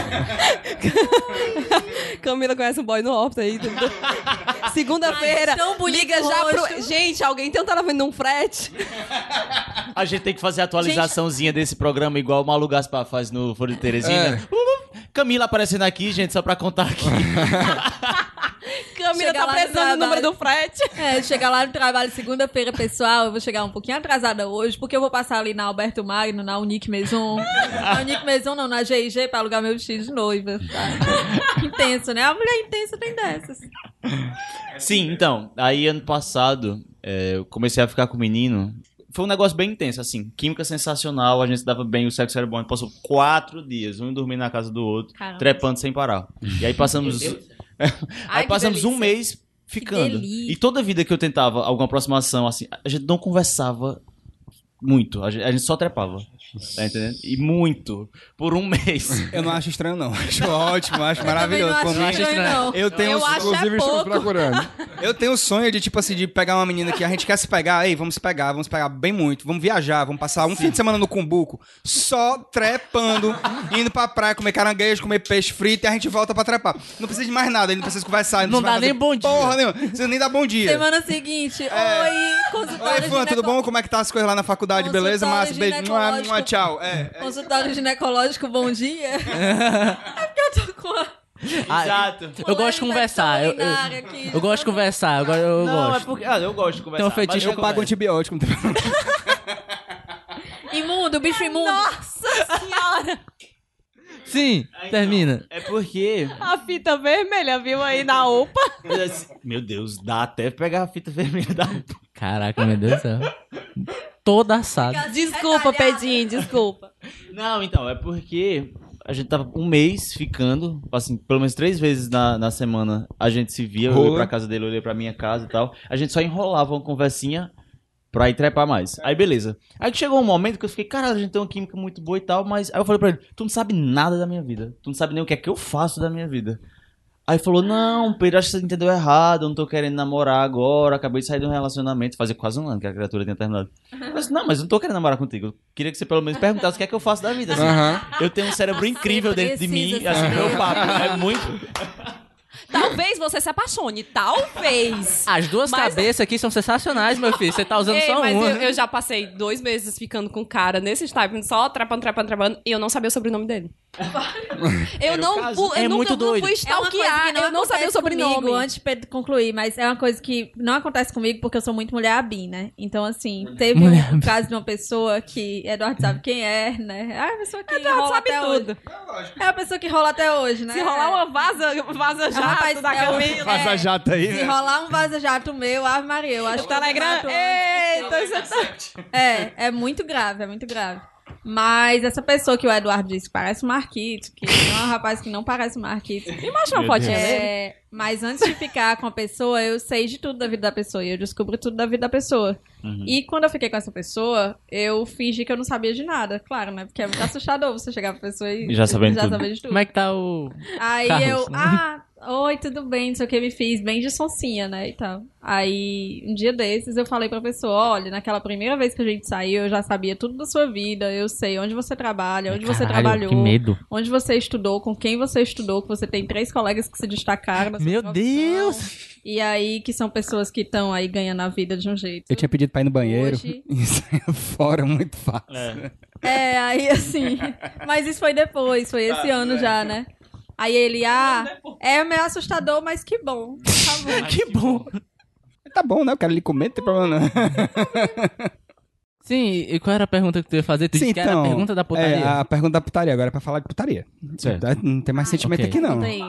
Camila conhece um boy no Opta aí. Segunda-feira, Ai, tão bonito liga já o pro... rosto. Gente, alguém tem um telefone num frete? A gente tem que fazer a atualizaçãozinha desse programa, igual o Malu Gaspar faz no Foro de Teresina. Uh, Camila aparecendo aqui, gente, só pra contar aqui. Camila Chega tá lá no precisando do trabalho. número do frete. É, chegar lá no trabalho segunda-feira, pessoal, eu vou chegar um pouquinho atrasada hoje, porque eu vou passar ali na Alberto Magno, na Unique Maison. Na Unique Maison não, na G e G, pra alugar meu vestido de noiva. Tá? Intenso, né? A mulher intensa tem dessas. Sim, então, aí ano passado, é, eu comecei a ficar com o menino. Foi um negócio bem intenso, assim, química sensacional, a gente se dava bem, o sexo era bom. A gente passou quatro dias, um dormindo na casa do outro, Caramba. trepando sem parar. E aí passamos... Ai, aí que passamos um delícia. mês ficando. delícia. E toda vida que eu tentava alguma aproximação, assim, a gente não conversava muito, a gente, a gente só trepava. Tá entendendo? E muito. Por um mês. Eu não acho estranho, não. Acho ótimo, acho Eu maravilhoso. também Por não mim, acho estranho, não. eu tenho Eu um- acho Inclusive, é estamos pouco. procurando. Eu tenho o sonho de, tipo assim, de pegar uma menina que a gente quer se pegar, ei, vamos se pegar, vamos se pegar bem muito, vamos viajar, vamos passar um fim de semana no Cumbuco, só trepando, indo pra praia, comer caranguejo, comer peixe frito e a gente volta pra trepar. Não precisa de mais nada, ele não precisa conversar. Não precisa dá nem fazer bom dia. Porra nenhuma, não precisa nem dar bom dia. Semana seguinte, oi, consultório Oi, Fã, tudo bom? Como é que tá as coisas lá na faculdade? Beleza? Consultório Massa, beijo. Mua, ginecológico. mua, tchau. É, é. Consultório ginecológico, bom dia. É porque eu tô com a Ah, Exato. Eu gosto de conversar. Eu, eu, urinária aqui. eu gosto de conversar. Agora eu Não, é gosto. porque... Ah, eu gosto de conversar. Tem um fetiche mas Eu eu pago antibiótico. não tem problema. Imundo, bicho imundo. Nossa senhora! Sim, termina. É porque... A fita vermelha, viu aí na UPA? Meu Deus, dá até pegar a fita vermelha da... Caraca, meu Deus do céu. Toda assada. Desculpa, Pedinho, desculpa. Não, então, é porque a gente tava um mês ficando, assim, pelo menos três vezes na, na semana a gente se via, eu ia Rola. pra casa dele, eu ia pra minha casa e tal. A gente só enrolava uma conversinha pra ir trepar mais. Aí beleza. Aí chegou um momento que eu fiquei, caralho, a gente tem uma química muito boa e tal, mas... Aí eu falei pra ele, tu não sabe nada da minha vida. Tu não sabe nem o que é que eu faço da minha vida. Aí falou, não, Pedro, acho que você entendeu errado, eu não tô querendo namorar agora, acabei de sair de um relacionamento, fazia quase um ano que a criatura tinha terminado. Eu disse, não, mas eu não tô querendo namorar contigo, eu queria que você pelo menos perguntasse o que é que eu faço da vida, assim. Aham. Eu tenho um cérebro incrível dentro de mim, precisa assim, saber. meu papo é muito... Talvez você se apaixone, talvez. As duas Mas- cabeças aqui são sensacionais, meu filho. Você tá usando Ei, só mas uma. eu, eu já passei dois meses ficando com um cara nesses types, só trepando, trepando, trepando, e eu não sabia o sobrenome dele. Eu não, caso. fu- eu É nunca muito não doido. fui É uma coisa stalkear, que não eu não sabia o acontece comigo, sobrenome. antes de Pedro concluir, mas é uma coisa que não acontece comigo porque eu sou muito mulher abi, né? Então, assim, teve Mulher um caso de uma pessoa que Eduardo sabe quem é, né? É a pessoa que Eduardo rola sabe até tudo. hoje. É a pessoa que rola até hoje, né? Se rolar uma vaza, vaza jato rapaz, da é o- Camila. Vaza jato aí, Se né? rolar um vaza-jato meu, Ave Maria, eu acho O que eu Telegram. mato antes. Eita, você tá... É, é muito grave, é muito grave. Mas essa pessoa que o Eduardo disse que parece o Marquito, que não é um rapaz que não parece o Marquito. Me mostra uma fotinha dele. É, Mas antes de ficar com a pessoa, eu sei de tudo da vida da pessoa. E eu descubro tudo da vida da pessoa. Uhum. E quando eu fiquei com essa pessoa, eu fingi que eu não sabia de nada. Claro, né? Porque é muito assustador você chegar pra pessoa e E já sabendo já tudo. saber de tudo. Como é que tá o... Aí Carlos, eu, né? ah, oi, tudo bem, não sei o que, me fiz bem de sonsinha, né, e tal. Aí, um dia desses, eu falei pra pessoa, olha, naquela primeira vez que a gente saiu, eu já sabia tudo da sua vida, eu sei onde você trabalha, onde você Caralho, trabalhou, que medo. onde você estudou, com quem você estudou, que você tem três colegas que se destacaram na sua Meu profissão. Deus! E aí, que são pessoas que estão aí ganhando a vida de um jeito. Eu tinha pedido pra ir no banheiro Hoje- e saia fora muito fácil. É. É, aí assim. Mas isso foi depois, foi esse ano já, né? Aí ele, ah, é meio assustador, mas que bom. Tá bom. Que bom. Tá bom, né? Eu quero lhe comer, não tem problema não. Sim, e qual era a pergunta que tu ia fazer? Tu disse que era a pergunta da putaria. É, a pergunta da putaria. Agora é pra falar de putaria. Certo. Tá? Não tem mais sentimento ok. aqui, não. Conta aí.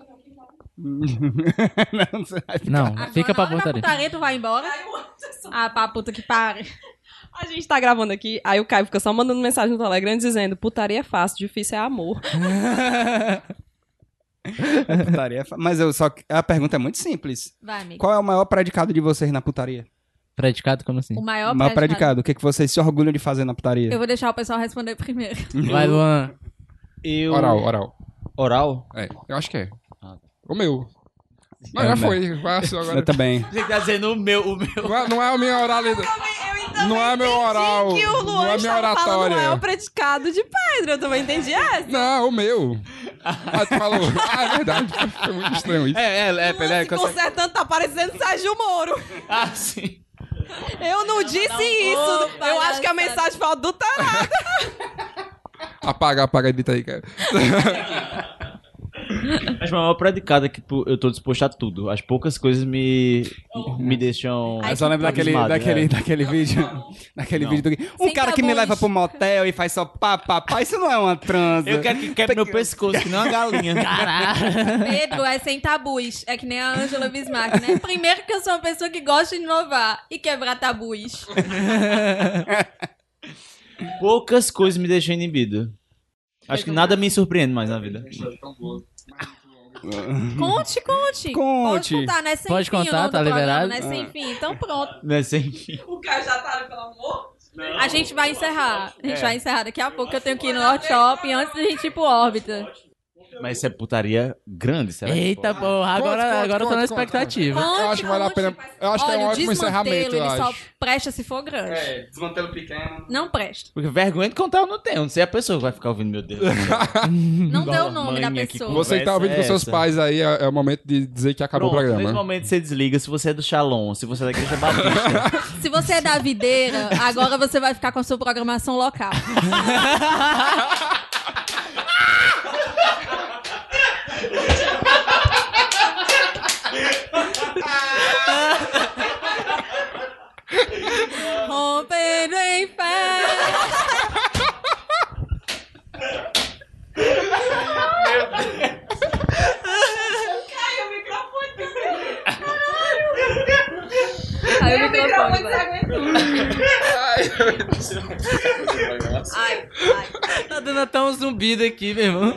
Não, você vai ficar- Não, Agora, fica pra na hora da putaria. putaria, tu vai embora? Ah, pra puta que pare. A gente tá gravando aqui, aí o Caio fica só mandando mensagem no Telegram dizendo putaria é fácil, difícil é amor. É putaria. é fa- Mas eu só... a pergunta é muito simples. Vai, amigo. Qual é o maior predicado de vocês na putaria? Predicado como assim? O maior, O maior predicado. predicado. O que, que vocês se orgulham de fazer na putaria? Eu vou deixar o pessoal responder primeiro. Vai, Luan. Eu... Oral, oral. Oral? É, eu acho que é. Ah, tá. O meu. Não, É, já o meu. foi. Fácil agora. Eu também. Você tá dizendo o meu, o meu. Não é, não é a minha oralidade. Não é meu oral. Que o Não Luan é minha estava falando oratória. é o predicado de Pedro, eu também entendi essa. Não, o meu. Ah, tu falou. Ah, é verdade. Foi muito estranho isso. É, é, é, Luan é, se consertando, tá parecendo Sérgio Moro. Ah, sim. Eu não disse isso. Opa, Eu acho que a palhaçada. mensagem foi adulterada. Apaga, apaga, edita aí, cara. Mas o maior predicado é que tipo, eu tô disposto a tudo. As poucas coisas me, me deixam... Ai, Eu só lembro daquele, abismado, daquele, é. daquele vídeo. Daquele Não. vídeo do... Um Sem cara que me tabus. leva pro motel e faz só pá, pá, pá. Isso não é uma transa. Eu quero que quebre meu pescoço, que nem uma galinha. Caralho. Pedro é sem tabus. É que nem a Angela Bismarck, né? Primeiro que eu sou uma pessoa que gosta de inovar e quebrar tabus. Poucas coisas me deixam inibido. Acho que nada me surpreende mais na vida. Conte, conte. Conte. Pode contar, né? Sem Pode fim, contar, o nome tá do programa, liberado? Né? Sem fim. Então pronto. Não é sem fim. O Caio já tá ali, pelo amor. A gente vai encerrar. A gente É. vai encerrar daqui a pouco. Eu tenho que ir no North Shopping antes da gente ir pro órbita. Mas isso é putaria grande, será? que Eita, pode? porra. Agora, Conte, conte, agora eu tô na conte, conte, expectativa. Conte, Eu acho que vale a conte. pena. Eu acho que é Olha, um o ótimo encerramento, desmantelo, eu ele só acho. presta se for grande. É, desmantelo pequeno. Não presta. Porque vergonha de contar eu não tenho. Não sei a pessoa que vai ficar ouvindo, meu Deus. Não dê o nome da Manha que pessoa. Você que tá ouvindo com seus Essa. pais aí, é, é o momento de dizer que acabou Pronto, o nesse programa. momento você desliga se você é do Shalom, se você é da Igreja Batista. Se você é da videira, agora você vai ficar com a sua programação local. Rompendo em fé. Aí o microfone vai. Ai, ai. Tá dando até um zumbido aqui, meu irmão.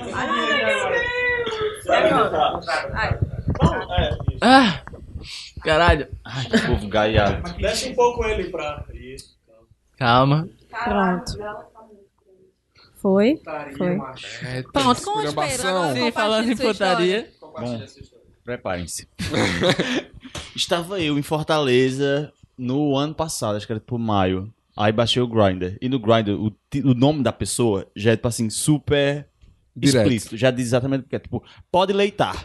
Ai. Ah, caralho. Ai, que povo gaiado. Desce um pouco ele pra isso. Calma. Pronto. Foi? Foi. É, Pronto, conte, Pedro. esculhambação. Agora Sim, falando em compartilhe sua putaria. Bom, preparem-se. Estava eu em Fortaleza no ano passado, acho que era por maio. Aí baixei o Grindr. E no Grindr, o, ti- o nome da pessoa já é, tipo assim, super Direto. explícito. Já diz exatamente o que é. Tipo, pode leitar.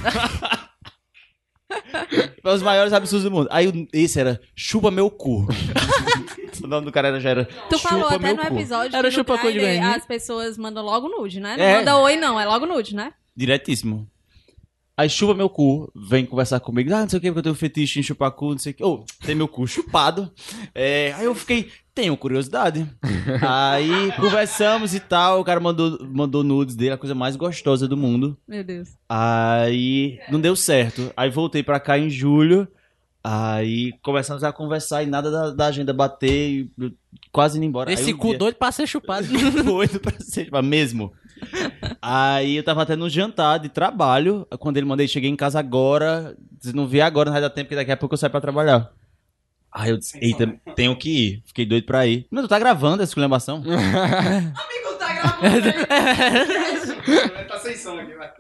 Para os maiores absurdos do mundo. Aí o- esse era chupa meu cu. O nome do cara era, já era Tu chupa falou até meu no cu. episódio Era que o no chupa-cu de Grindr Goiânia. as pessoas mandam logo nude, né? Não É. manda oi não, é logo nude, né? Diretíssimo. Aí chupa meu cu, vem conversar comigo. Ah, não sei o que, porque eu tenho fetiche em chupar cu, não sei o que. Ô, tem meu cu chupado. É, aí eu fiquei, tenho curiosidade. Aí conversamos e tal. O cara mandou, mandou nudes dele, a coisa mais gostosa do mundo. Meu Deus. Aí não deu certo. Aí voltei pra cá em julho. Aí começamos a conversar e nada da, da agenda bater. E eu quase indo embora. Esse Aí um cu dia- doido pra ser chupado. doido pra ser, tipo, mesmo. Aí eu tava tendo um jantar de trabalho. Quando ele mandei, cheguei em casa agora. Se não vier agora, não vai dar tempo, porque daqui a pouco eu saio pra trabalhar. Aí eu disse, eita, tenho que ir. Fiquei doido pra ir. Mas tu tá gravando essa exclamação? Amigo, tá gravando. Tá sem som aqui, vai.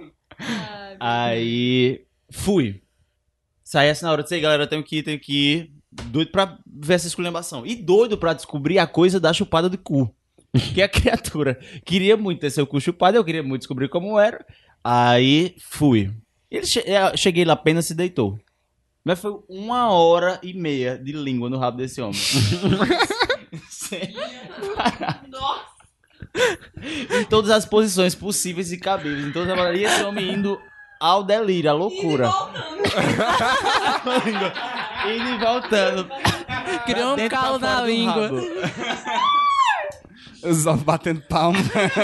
Aí fui. Saí assim na hora, disse, aí galera, eu tenho que ir, tenho que ir. Doido pra ver essa esculhambação. E doido pra descobrir a coisa da chupada de cu. Que a criatura queria muito ter seu cu chupado, eu queria muito descobrir como era. Aí fui. Ele che eu cheguei lá, apenas se deitou. Mas foi uma hora e meia de língua no rabo desse homem. Sem parar. Nossa. Em todas as posições possíveis e cabíveis. Em todas as maneiras. E esse homem indo ao delírio, à loucura. Indo e voltando. Criou um Dentro calo pra fora na do língua. rabo. Os ovos batendo palma.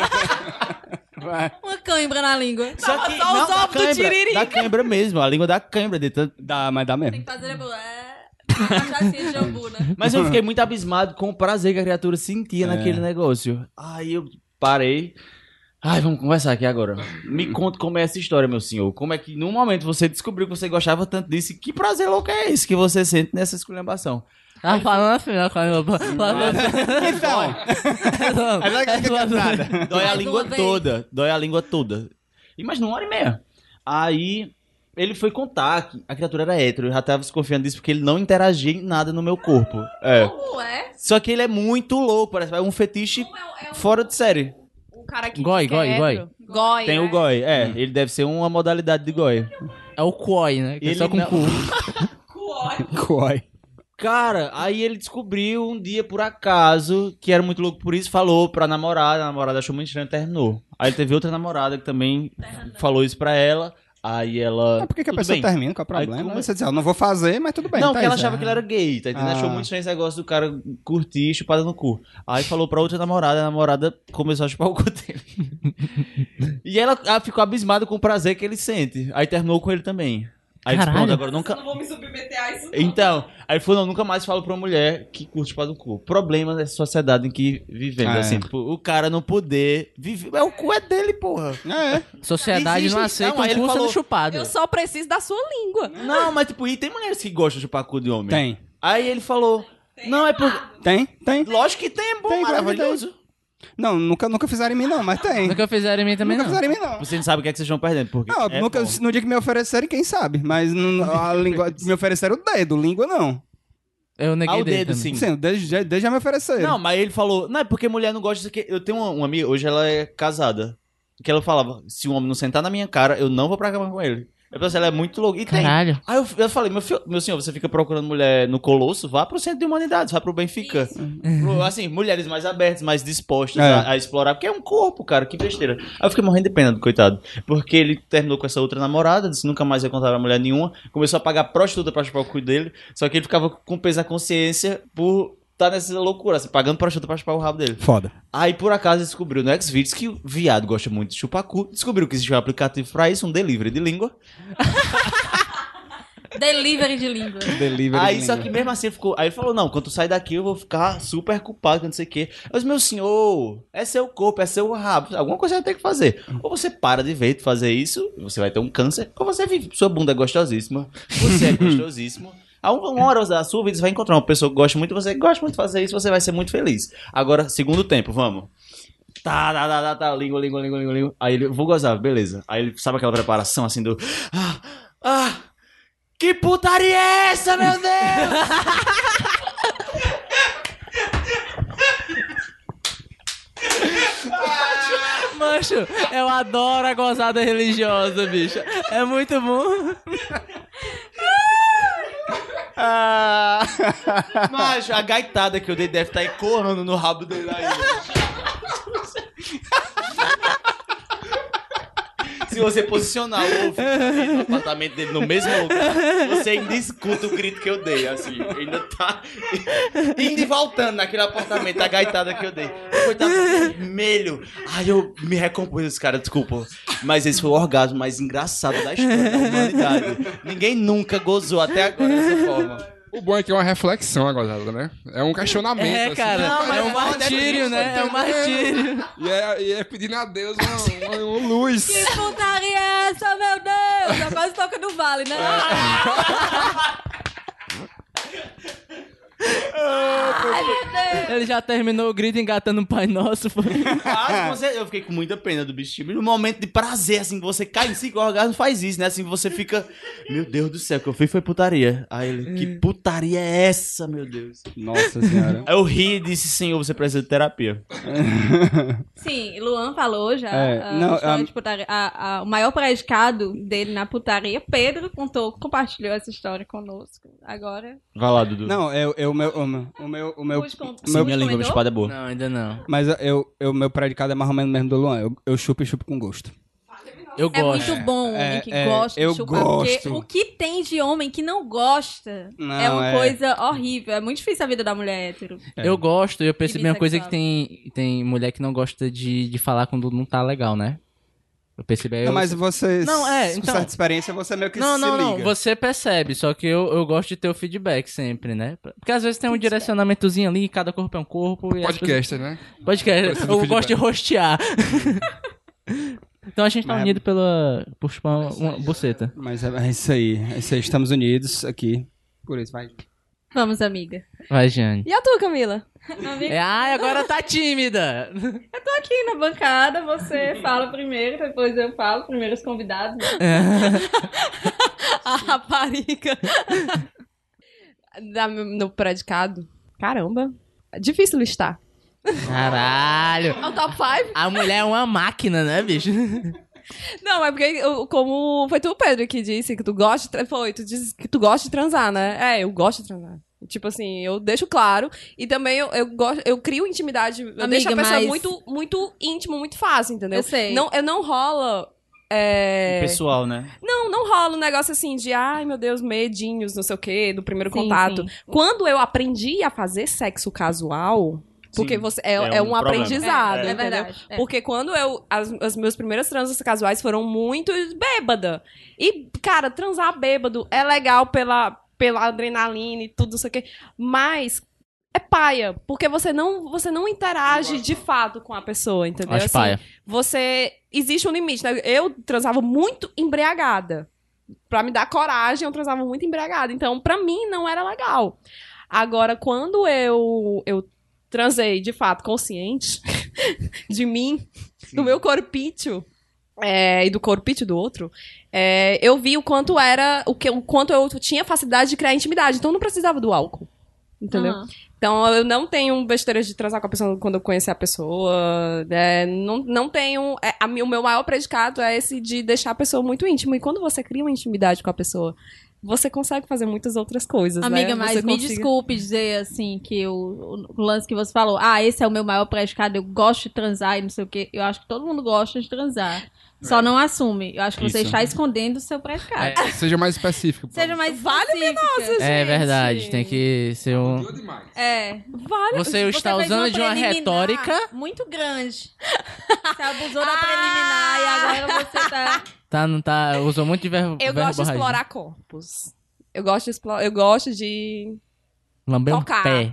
Vai. Uma cãibra na língua. Só que só os não, da ovos do cãibra, tiririca. da cãibra mesmo, a língua da cãibra. De tanto... Dá, mas dá Tem mesmo. que fazer... É... Cachaça de jambu, né? Mas eu fiquei muito abismado com o prazer que a criatura sentia naquele negócio. Aí eu parei. Ai, vamos conversar aqui agora. Me conta como é essa história, meu senhor. Como é que, num momento, você descobriu que você gostava tanto disso? E que prazer louco é esse que você sente nessa esculhambação? Ah, falando assim, né, cara? Então. Aí vai que fica cansada. Dói a Mais língua uma vez. toda. Dói a língua toda. E mais uma hora e meia. Aí ele foi contar que a criatura era hétero. Eu já tava desconfiando disso porque ele não interagia em nada no meu corpo. É. Como é? Só que ele é muito louco. Parece é um fetiche Como é, é o, fora de série. O cara que Goi, diz que goi, é goi. hétero. Goi, Tem né? o goi. É, ele deve ser uma modalidade de goi. É o Koi, né? Que é Ele só com não- cu. Coi. Cara, aí ele descobriu um dia, por acaso, que era muito louco por isso, falou pra namorada, a namorada achou muito estranho e terminou. Aí teve outra namorada que também falou isso pra ela, aí ela... Mas por que, que a tudo pessoa bem. termina? Qual é o Aí problema? como- Aí você diz, ah, eu não vou fazer, mas tudo bem. Não, tá porque ela aí, achava já. que ele era gay, tá entendendo? Ah. Achou muito estranho esse negócio do cara curtir chupada no cu. Aí falou pra outra namorada, a namorada começou a chupar o cu dele. E ela, ela ficou abismada com o prazer que ele sente. Aí terminou com ele também. Aí disse, Caralho. pronto, agora nunca... Não vou me submeter a isso. não. Então, aí ele falou, não, nunca mais falo pra uma mulher que curte chupar no cu. Problema dessa sociedade em que vivemos, Ah, é. assim, tipo, o cara não poder viver... Mas o cu é dele, porra. É, Sociedade Existe- não aceita não, um ele cu sendo falou- chupado. Eu só preciso da sua língua. Não, mas tipo, e tem mulheres que gostam de chupar cu de homem? tem. Aí ele falou, não, é porque... Tem, tem. Lógico que tem, é bom, Tem, claro que maravilhoso. Não, nunca, nunca fizeram em mim, não, mas tem. Nunca fizeram em mim também, Nunca não. fizeram em mim, não. Você não sabe o que é que vocês estão perdendo, porque Não, é nunca, bom. no dia que me oferecerem, quem sabe? Mas não- a língua, me ofereceram o dedo, língua não. Eu neguei Ah, o dele dedo, também. sim. Sim, o dedo já, dedo já me ofereceram. Não, mas ele falou, não, é porque mulher não gosta disso aqui. Eu tenho uma, uma amiga, hoje ela é casada, que ela falava, se um homem não sentar na minha cara, eu não vou pra cama com ele. Eu pensei, ela é muito louca. E tem. Caralho. Aí eu, eu falei, meu, filho, meu senhor, você fica procurando mulher no Colosso? Vá pro Centro de Humanidades, vá pro Benfica. Pro- assim, mulheres mais abertas, mais dispostas É. a, a explorar, porque é um corpo, cara, que besteira. Aí eu fiquei morrendo de pena do coitado. Porque ele terminou com essa outra namorada, disse nunca mais ia contar pra mulher nenhuma, começou a pagar prostituta pra chupar o cu dele, só que ele ficava com peso na consciência por tá nessa loucura, assim, pagando prostituta pra chupar o rabo dele. Foda. Aí, por acaso, descobriu no Xvideos que o viado gosta muito de chupar cu. Descobriu que existe um aplicativo pra isso, um delivery de língua. Delivery de língua. Delivery. Aí, de só língua. que mesmo assim, ele ficou... Aí ele falou, não, quando tu sair daqui eu vou ficar super culpado, que não sei o quê. Eu disse, meu senhor, é seu corpo, é seu rabo. Alguma coisa vai ter que fazer. Ou você para de ver de fazer isso, você vai ter um câncer. Ou você vive, sua bunda é gostosíssima, você é gostosíssimo. A uma uma hora da sua vida você vai encontrar uma pessoa que gosta muito, você gosta muito de fazer isso, você vai ser muito feliz. Agora, segundo tempo, vamos. Tá, tá, tá, tá, tá, língua, língua, língua, língua, língua. Aí ele, vou gozar, beleza. Aí ele, sabe aquela preparação assim do... Ah, ah, que putaria é essa, meu Deus? Mancho, eu adoro a gozada religiosa, bicho. É muito bom. Ah, mas a gaitada que eu dei deve estar ecoando no rabo dele aí. Se você posicionar o ouvido no apartamento dele no mesmo lugar, você ainda escuta o grito que eu dei, assim. Ainda tá indo e voltando naquele apartamento, a gaitada que eu dei. Coitado vermelho. Ai, eu me recompus esse cara, desculpa. Mas esse foi o orgasmo mais engraçado da história da humanidade. Ninguém nunca gozou até agora dessa forma. O bom é que é uma reflexão agora, né? É um questionamento. É, assim. cara, Não, mas é um é martírio, né? É um martírio. E é, e é pedindo a Deus uma, uma, uma luz. Que putaria é essa, meu Deus? Já quase toca no vale, né? Ai, meu Deus. Ele já terminou o grito engatando o Pai Nosso. Foi. Ah, você- eu fiquei com muita pena do bichinho. No momento de prazer, assim, que você cai em si, que o orgasmo faz isso, né? Assim, que você fica... Meu Deus do céu, o que eu fiz foi putaria. Aí ele, que putaria é essa, meu Deus? Nossa senhora. Aí eu ri e disse, senhor, você precisa de terapia. Sim, Luan falou já. É, a não, história a- de putaria. A- a- o maior predicado dele na putaria, Pedro, contou, compartilhou essa história conosco. Agora. Vai lá, Dudu. Não, eu, eu, meu, o meu, o meu, o meu, Pude com- o Sim, meu- minha língua de comentou? espada é boa. Não, ainda não. mas eu, eu, meu predicado é mais ou menos mesmo do Luan. Eu, eu chupo e chupo com gosto. Eu É gosto. muito bom o homem É, que é, gosta eu de chupar. Porque gosto. o que tem de homem que não gosta Não, é uma é. coisa horrível. É muito difícil a vida da mulher hétero. Eu gosto, e eu percebi uma coisa que bissexual. tem, tem mulher que não gosta de, de falar quando não tá legal, né? Eu percebi aí. Não, eu- mas você, Não, é, com então- certa experiência, você meio que Não, se não, não. liga. Você percebe, só que eu, eu gosto de ter o feedback sempre, né? Porque às vezes tem um direcionamentozinho ali, cada corpo é um corpo. E as Podcaster, né? pessoas- Podcast. Precisa do Eu feedback. gosto de rostear. Então a gente tá Mas- unido pela, por chupar uma, uma buceta. Mas é, é isso aí. É isso aí. Estamos unidos aqui. Por isso, vai. Vamos, amiga. Vai, Jane. E a tua, Camila? Amiga, É, ai, agora tá tímida. eu tô aqui na bancada, você fala primeiro, depois eu falo, primeiro os convidados. Né? A rapariga. Da, no predicado. Caramba. É difícil listar. Caralho. É o top cinco? A mulher é uma máquina, né, bicho? Não, é porque, eu- como foi tu, Pedro, que disse que tu gosta de... tra- Foi, tu disse que tu gosta de transar, né? É, eu gosto de transar. Tipo assim, eu deixo claro. E também eu, eu gosto, eu crio intimidade. Eu Amiga, deixo a pessoa mas- muito, muito íntimo, muito fácil, entendeu? Eu sei. Não, eu não rola... É... Pessoal, né? Não, não rola um negócio assim de, ai meu Deus, medinhos, não sei o quê, do primeiro Sim, contato. sim. Quando eu aprendi a fazer sexo casual, porque Sim, você é, é é um um, problema. aprendizado, É, é entendeu? verdade, é. Porque quando eu. As, as meus primeiras transas casuais foram muito bêbada. E, cara, transar bêbado é legal pela, pela adrenalina e tudo, não sei o quê. Mas. É paia, porque você não, você não interage de fato com a pessoa, entendeu? Acho paia. Você. Existe um limite, né? Eu transava muito embriagada. Pra me dar coragem, eu transava muito embriagada. Então, pra mim, não era legal. Agora, quando eu, eu transei, de fato, consciente de mim, do meu corpício, é, e do corpício do outro, é, eu vi o quanto era, o, que, o quanto eu tinha facilidade de criar intimidade. Então, eu não precisava do álcool. Entendeu? Aham. Então, eu não tenho besteira de transar com a pessoa quando eu conhecer a pessoa. É, não, não tenho. É, a, mi- o meu maior predicado é esse de deixar a pessoa muito íntima. E quando você cria uma intimidade com a pessoa, você consegue fazer muitas outras coisas. Amiga, né? mas Você me consiga- desculpe dizer assim que o, o lance que você falou, ah, esse é o meu maior predicado, eu gosto de transar e não sei o quê. Eu acho que todo mundo gosta de transar. Só não assume. Eu acho que você Isso. está escondendo o seu predicado. Seja mais específico. Seja mais Vale específica. É gente. verdade, tem que ser um. É. Vale. Você está fez usando de uma preliminar retórica. muito grande. Você abusou da preliminar e agora você tá... Tá, não tá. Usou muito de verbo. Eu gosto de explorar corpos. Eu gosto de explorar. Eu gosto de. Lamber um tocar. pé.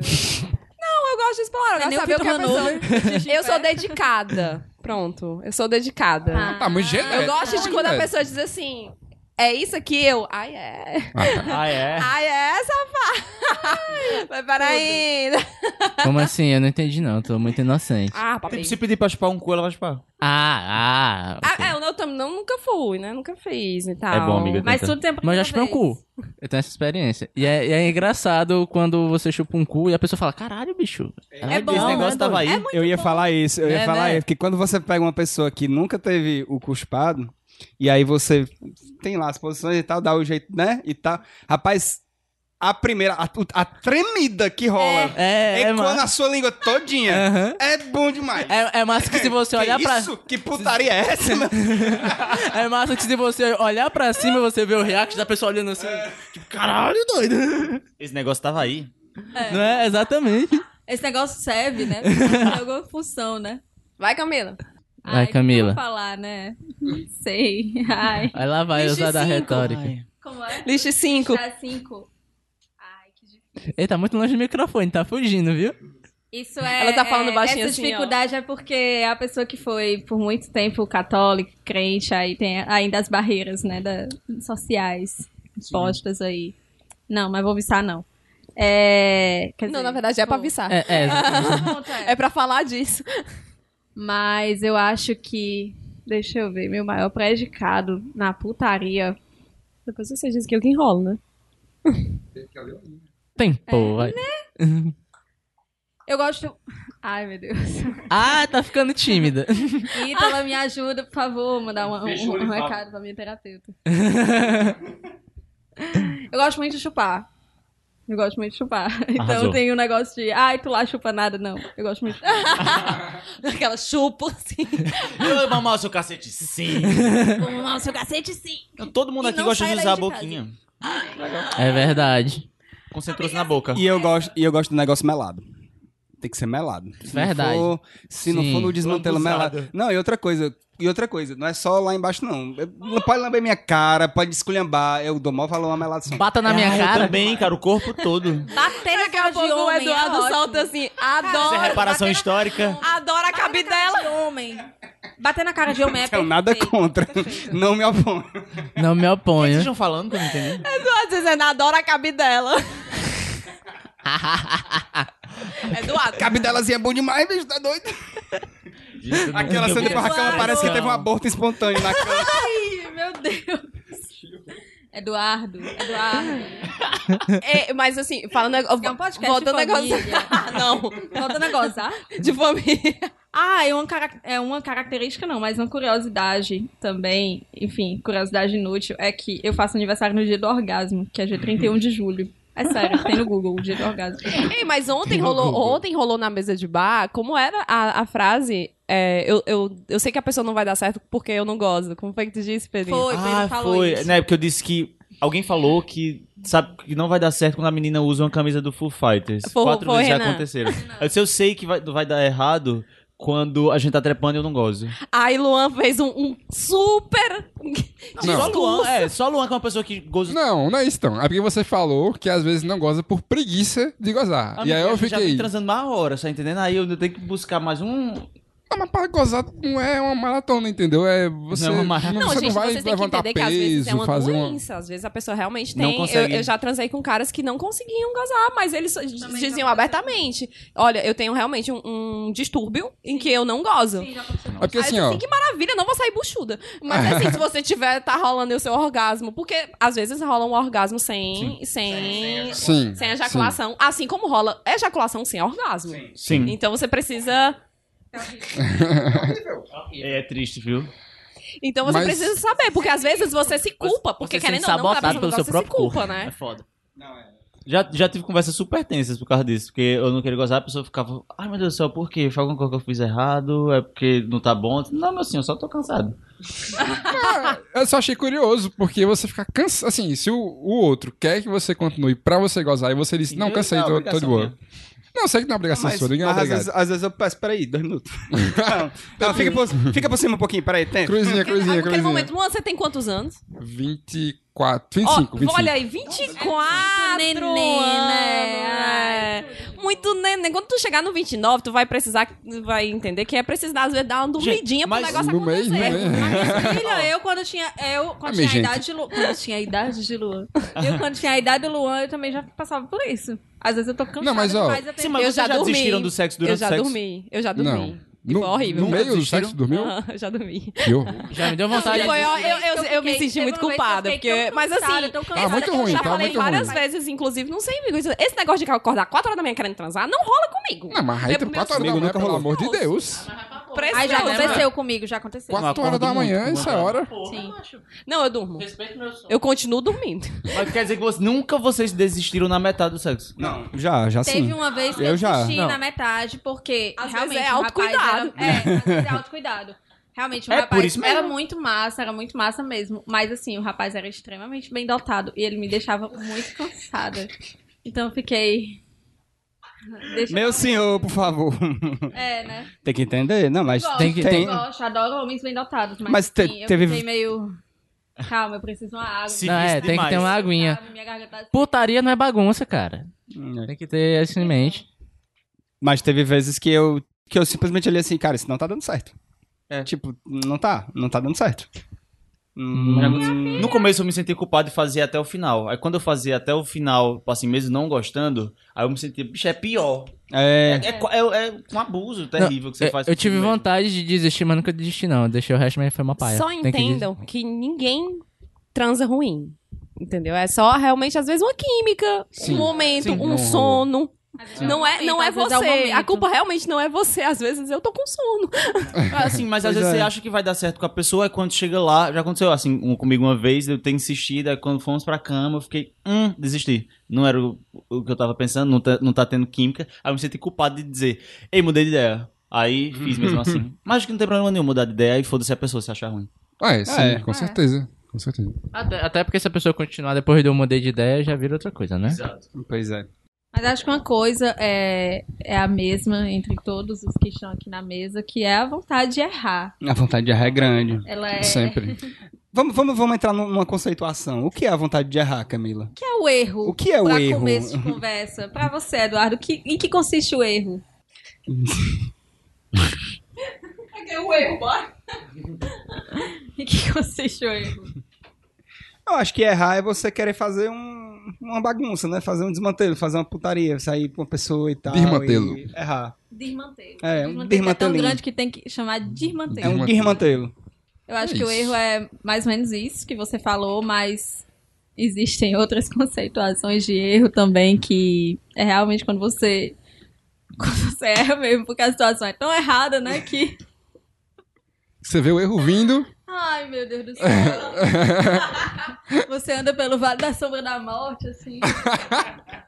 Não, eu gosto de explorar. Eu Não é gosto nem de o saber o que a Vitor pessoa. Hanover. Eu sou dedicada. Pronto. Eu sou dedicada. Ah. Tá muito genérico. Eu gosto de tá quando a genérico. pessoa diz assim. É isso aqui, eu. Ai, é. Ah, tá. Ah, é? Ai, é, safado. Mas peraí. Como assim? Eu não entendi, não. Tô muito inocente. Ah, Tipo, papai. se pedir pra chupar um cu, ela vai chupar. Ah, ah. ok. Ah, é, eu não, tam- não, nunca fui, né? Nunca fiz e tal. É bom, amiga. Mas Tenta. tudo tem a Mas eu já primeira chupei um vez. cu. Eu tenho essa experiência. E é, e é engraçado quando você chupa um cu e a pessoa fala, caralho, bicho. É bom, Esse negócio né, tava doido? aí. Eu ia falar isso, eu ia É, falar né? isso, porque quando você pega uma pessoa que nunca teve o cuspado, e aí você tem lá as posições e tal, dá o jeito, né, e tal. Rapaz, a primeira, a, a tremida que rola É, é, é, quando massa. a sua língua todinha Aham. é bom demais. É, é massa que se você olhar que pra... isso? Que putaria é essa, mano? É massa que se você olhar pra cima, você vê o react da pessoa olhando assim. Tipo, caralho, doido. Esse negócio tava aí. Não é? Exatamente. Esse negócio serve, né? Tem alguma função, né? Vai, Camila. Vai, Ai, o que Camila. eu vou falar, né? Não sei. Ai. Aí lá vai Liste usar da cinco. retórica. Ai. Como é? Liste cinco. Tá cinco. Ele tá muito longe do microfone, tá fugindo, viu? Isso é. Ela tá falando é, baixinho essa assim, ó. dificuldade é porque é a pessoa que foi por muito tempo católica, crente, aí tem ainda as barreiras, né, da, sociais postas aí. Não, mas vou viçar não. É, quer Não, dizer, na verdade é pra pô, viçar. É, é, exatamente. ponto é. É pra falar disso. Mas eu acho que, deixa eu ver, meu maior predicado na putaria. Depois você diz que eu que enrolo, né? Tem porra. Eu gosto. Ai, meu Deus. Ah, tá ficando tímida. Ítala, me ajuda, por favor, mandar uma- um, um recado pra minha terapeuta. Eu gosto muito de chupar. Eu gosto muito de chupar. Então Arrasou. tem um negócio de, ai, tu lá chupa nada. Não, eu gosto muito de chupar. Aquela chupa, assim. Eu vou mamar o seu cacete, sim. Vou mamar o seu cacete, sim. Todo mundo E aqui não gosta sai de usar a daí de boquinha. É verdade. Concentrou-se na boca. E eu gosto, e eu gosto do negócio melado. Tem que ser melado. Se Verdade. Não for, se não Sim. for no desmantelo Lambuzado. melado. Não, e outra coisa. E outra coisa, não é só lá embaixo, não. Não pode lamber minha cara, pode esculhambar. Eu dou mó valor a melado só. Bata na minha Ah, eu cara. também, cara, o corpo todo. Bater na Daqui cara a de pouco o homem Eduardo é ótimo. solta assim, Isso é adoro, reparação bater na histórica. adoro a Bater na cara cabidela. de homem. Bater na cara de homem é Não tenho nada perfeito, contra. perfeito. Não me oponho. Não me O que vocês oponho. estão falando que eu não entendi? Eduardo dizendo, adoro a cabidela. Eduardo. Cabidelazinha é bom demais, bicho, tá doido? Aquela cena de barracão Eduardo. parece que teve um aborto espontâneo na cama. Ai, meu Deus. Eduardo, Eduardo. É, mas assim, falando... É um podcast voltando de negócio... família. Não, Voltando a gozar. de família. Ah, é uma, cara- é uma característica não, mas uma curiosidade também, enfim, curiosidade inútil, é que eu faço aniversário no dia do orgasmo, que é dia trinta e um de julho. É sério, tem no Google o dia do orgasmo. Ei, mas ontem Tem no rolou, Google. ontem rolou na mesa de bar, como era a, a frase... é, eu, eu, eu sei que a pessoa não vai dar certo porque eu não gosto. Como foi que tu disse, Pedrinho? Foi, Pedro Ah, falou foi. isso. Né, porque eu disse que alguém falou que sabe que não vai dar certo quando a menina usa uma camisa do Foo Fighters. Foi- Quatro foi, vezes já Renan. aconteceram. Eu disse, eu sei que vai, vai dar errado quando a gente tá trepando e eu não gosto. Aí Luan fez um, um super... Não. Só Luan, é, só Luan que é uma pessoa que goza. Não, não é isso, então. É porque você falou que às vezes não goza por preguiça de gozar. Amigo, e aí eu a gente já fiquei. vem transando mais hora, tá entendendo? Aí eu tenho que buscar mais um. Ah, mas para gozar não é uma maratona, entendeu? É você. Não é uma Não, maratona. Não, você gente, não vai vocês têm que levantar entender peso, que às vezes é uma fazer uma. doença. Às vezes a pessoa realmente Não tem... Eu, consegue. eu já transei com caras que não conseguiam gozar, mas eles diziam abertamente. Olha, eu tenho realmente um, um distúrbio em que eu não gozo. Sim, já aconteceu. É porque Aí assim, eu ó. disse, que maravilha, não vou sair buchuda. Mas assim, se você tiver, tá rolando o seu orgasmo, porque às vezes rola um orgasmo sem... Sem, Sim. sem ejaculação. Assim como rola ejaculação sem orgasmo. Sim. Então você precisa... É, é triste, viu? Então você Mas- precisa saber, porque às vezes você se culpa, porque Você se querendo sente ou não, quando a sabotado pessoa pelo não seu gosta, você se próprio culpa, corpo. né? É foda. Já, já tive conversas super tensas por causa disso, porque eu não queria gozar, a pessoa ficava, ai meu Deus do céu, por quê? Foi alguma coisa que eu fiz errado? É porque não tá bom? Não, meu senhor, eu só tô cansado. Eu só achei curioso, porque você fica cansado. Assim, se o, o outro quer que você continue pra você gozar e você disse, não, Eu- cansei, é tô, tô de obrigação boa. minha. Não, sei que não é obrigação Mas, sua, ninguém é mas às, obrigado. vezes, às vezes eu peço, peraí, dois minutos. Não, não, fica, por, fica por cima um pouquinho, peraí, tem. Cruzinha, cruzinha, Naquele cruzinha. momento, Luan, você tem quantos anos? vinte e quatro, vinte e Ó, cinco, vinte e cinco. olha aí, vinte e quatro neném, anos, né? é. Muito neném. Quando tu chegar no vinte e nove, tu vai precisar, vai entender que é preciso, às vezes, dar uma dormidinha pro mas negócio no meio, acontecer. no meio. Filha, eu quando tinha. Eu quando Ah, minha tinha a gente. idade de Luan. Quando eu tinha a idade de Luan. Eu quando tinha a idade do Luan, eu também já passava por isso. Às vezes eu tô cansada Não, mas, ó, demais, eu tenho- Sim, mas Eu vocês já já dormi. desistiram do sexo durante Eu já o sexo? dormi, eu já dormi. Não. E foi horrível. No meio do desistiram? sexo, dormiu? Ah, eu já dormi. Que horror. Já me deu E vontade. foi, ó, eu, eu, eu, fiquei- me senti teve muito uma vez que eu culpada. fiquei Porque, tão mas cansada, assim, tão Ah, cansada muito que eu ruim, já tá falei muito várias ruim. vezes, inclusive, não sei, amigo. isso- Esse negócio de acordar quatro horas da manhã querendo transar, não rola comigo. Não, mas aí Eu- tem meu quatro horas da amigo manhã, nunca pelo rolou. amor de Deus. Precioso. Aí já aconteceu comigo, já aconteceu. Quatro horas da acordo manhã, muito, isso é hora. Sim. Não, eu durmo. Respeito meu sono. Eu continuo dormindo. Mas quer dizer que você, nunca vocês desistiram na metade do sexo? Não, já, já sim. Teve uma vez que eu, Eu já. desisti Não. na metade, porque Às realmente vezes é o rapaz autocuidado. Era, é, às vezes é autocuidado. Realmente, o É rapaz por isso mesmo. era muito massa, era muito massa mesmo. Mas assim, o rapaz era extremamente bem dotado e ele me deixava muito cansada. Então eu fiquei. Deixa Meu eu- senhor, por favor. É, né? Tem que entender. Não, mas Gosto, tem que. Tem... eu gosto, adoro homens bem dotados. Mas, Mas te- assim, eu teve- fiquei meio. Calma, eu preciso de uma água. Se Não, é, visse tem que demais. ter uma aguinha. Minha garganta tá- Putaria não é bagunça, cara. Tem que ter isso em mente. Mas teve vezes que eu, que eu simplesmente olhei assim, cara, isso não tá dando certo. É. Tipo, não tá, não tá dando certo. Hum. No começo eu me senti culpado de fazer até o final. Aí quando eu fazia até o final, assim, mesmo não gostando, aí eu me sentia, bicho, é pior. É. É, é, é, é um abuso terrível que você Eu, faz. eu tive consigo mesmo. vontade de desistir, mas nunca desisti, não. Eu deixei o resto, mas foi uma paia. Só Tem que entendam que, ninguém transa ruim. Entendeu? É só realmente, às vezes, uma química, Sim. um momento, Sim. um Não. sono. Não é, não é Às vezes é o você. momento. A culpa realmente não é você. Às vezes eu tô com sono. Assim, mas às Pois vezes é. você acha que vai dar certo com a pessoa, é quando chega lá, já aconteceu assim um- comigo uma vez, eu tenho insistido, aí quando fomos pra cama, eu fiquei, hum, desisti. Não era o, o que eu tava pensando, não tá, não tá tendo química, aí eu me senti culpado de dizer, ei, mudei de ideia. Aí fiz mesmo assim. Mas acho que não tem problema nenhum mudar de ideia e foda-se a pessoa se achar ruim. Ah, é, sim, É. com certeza. Com certeza. Até, até porque se a pessoa continuar depois de eu mudei de ideia, já vira outra coisa, né? Exato. Pois é. Mas acho que uma coisa é, é a mesma entre todos os que estão aqui na mesa, que é a vontade de errar. A vontade de errar é grande. Ela é... Sempre. Vamos, vamos, vamos entrar num- numa conceituação. O que é a vontade de errar, Camila? O que é o erro? O que é o pra erro? começo de conversa. Pra você, Eduardo, que, em que consiste o erro? É o erro, bora? Em que consiste o erro? Eu acho que errar é você querer fazer um- uma bagunça, né? Fazer um desmantelo, fazer uma putaria, sair com uma pessoa e tal. Desmantelo. E errar. Desmantelo. É, um Desmantelo é tão desmantelinho. grande que tem que chamar de desmantelo. É um Desmantelo. desmantelo. Eu acho É que o isso. erro é mais ou menos isso que você falou, mas existem outras conceituações de erro também, que é realmente quando você quando você erra mesmo, porque a situação é tão errada, né, que... Você vê o erro vindo. Ai, meu Deus do céu. Você anda pelo Vale da Sombra da Morte, assim.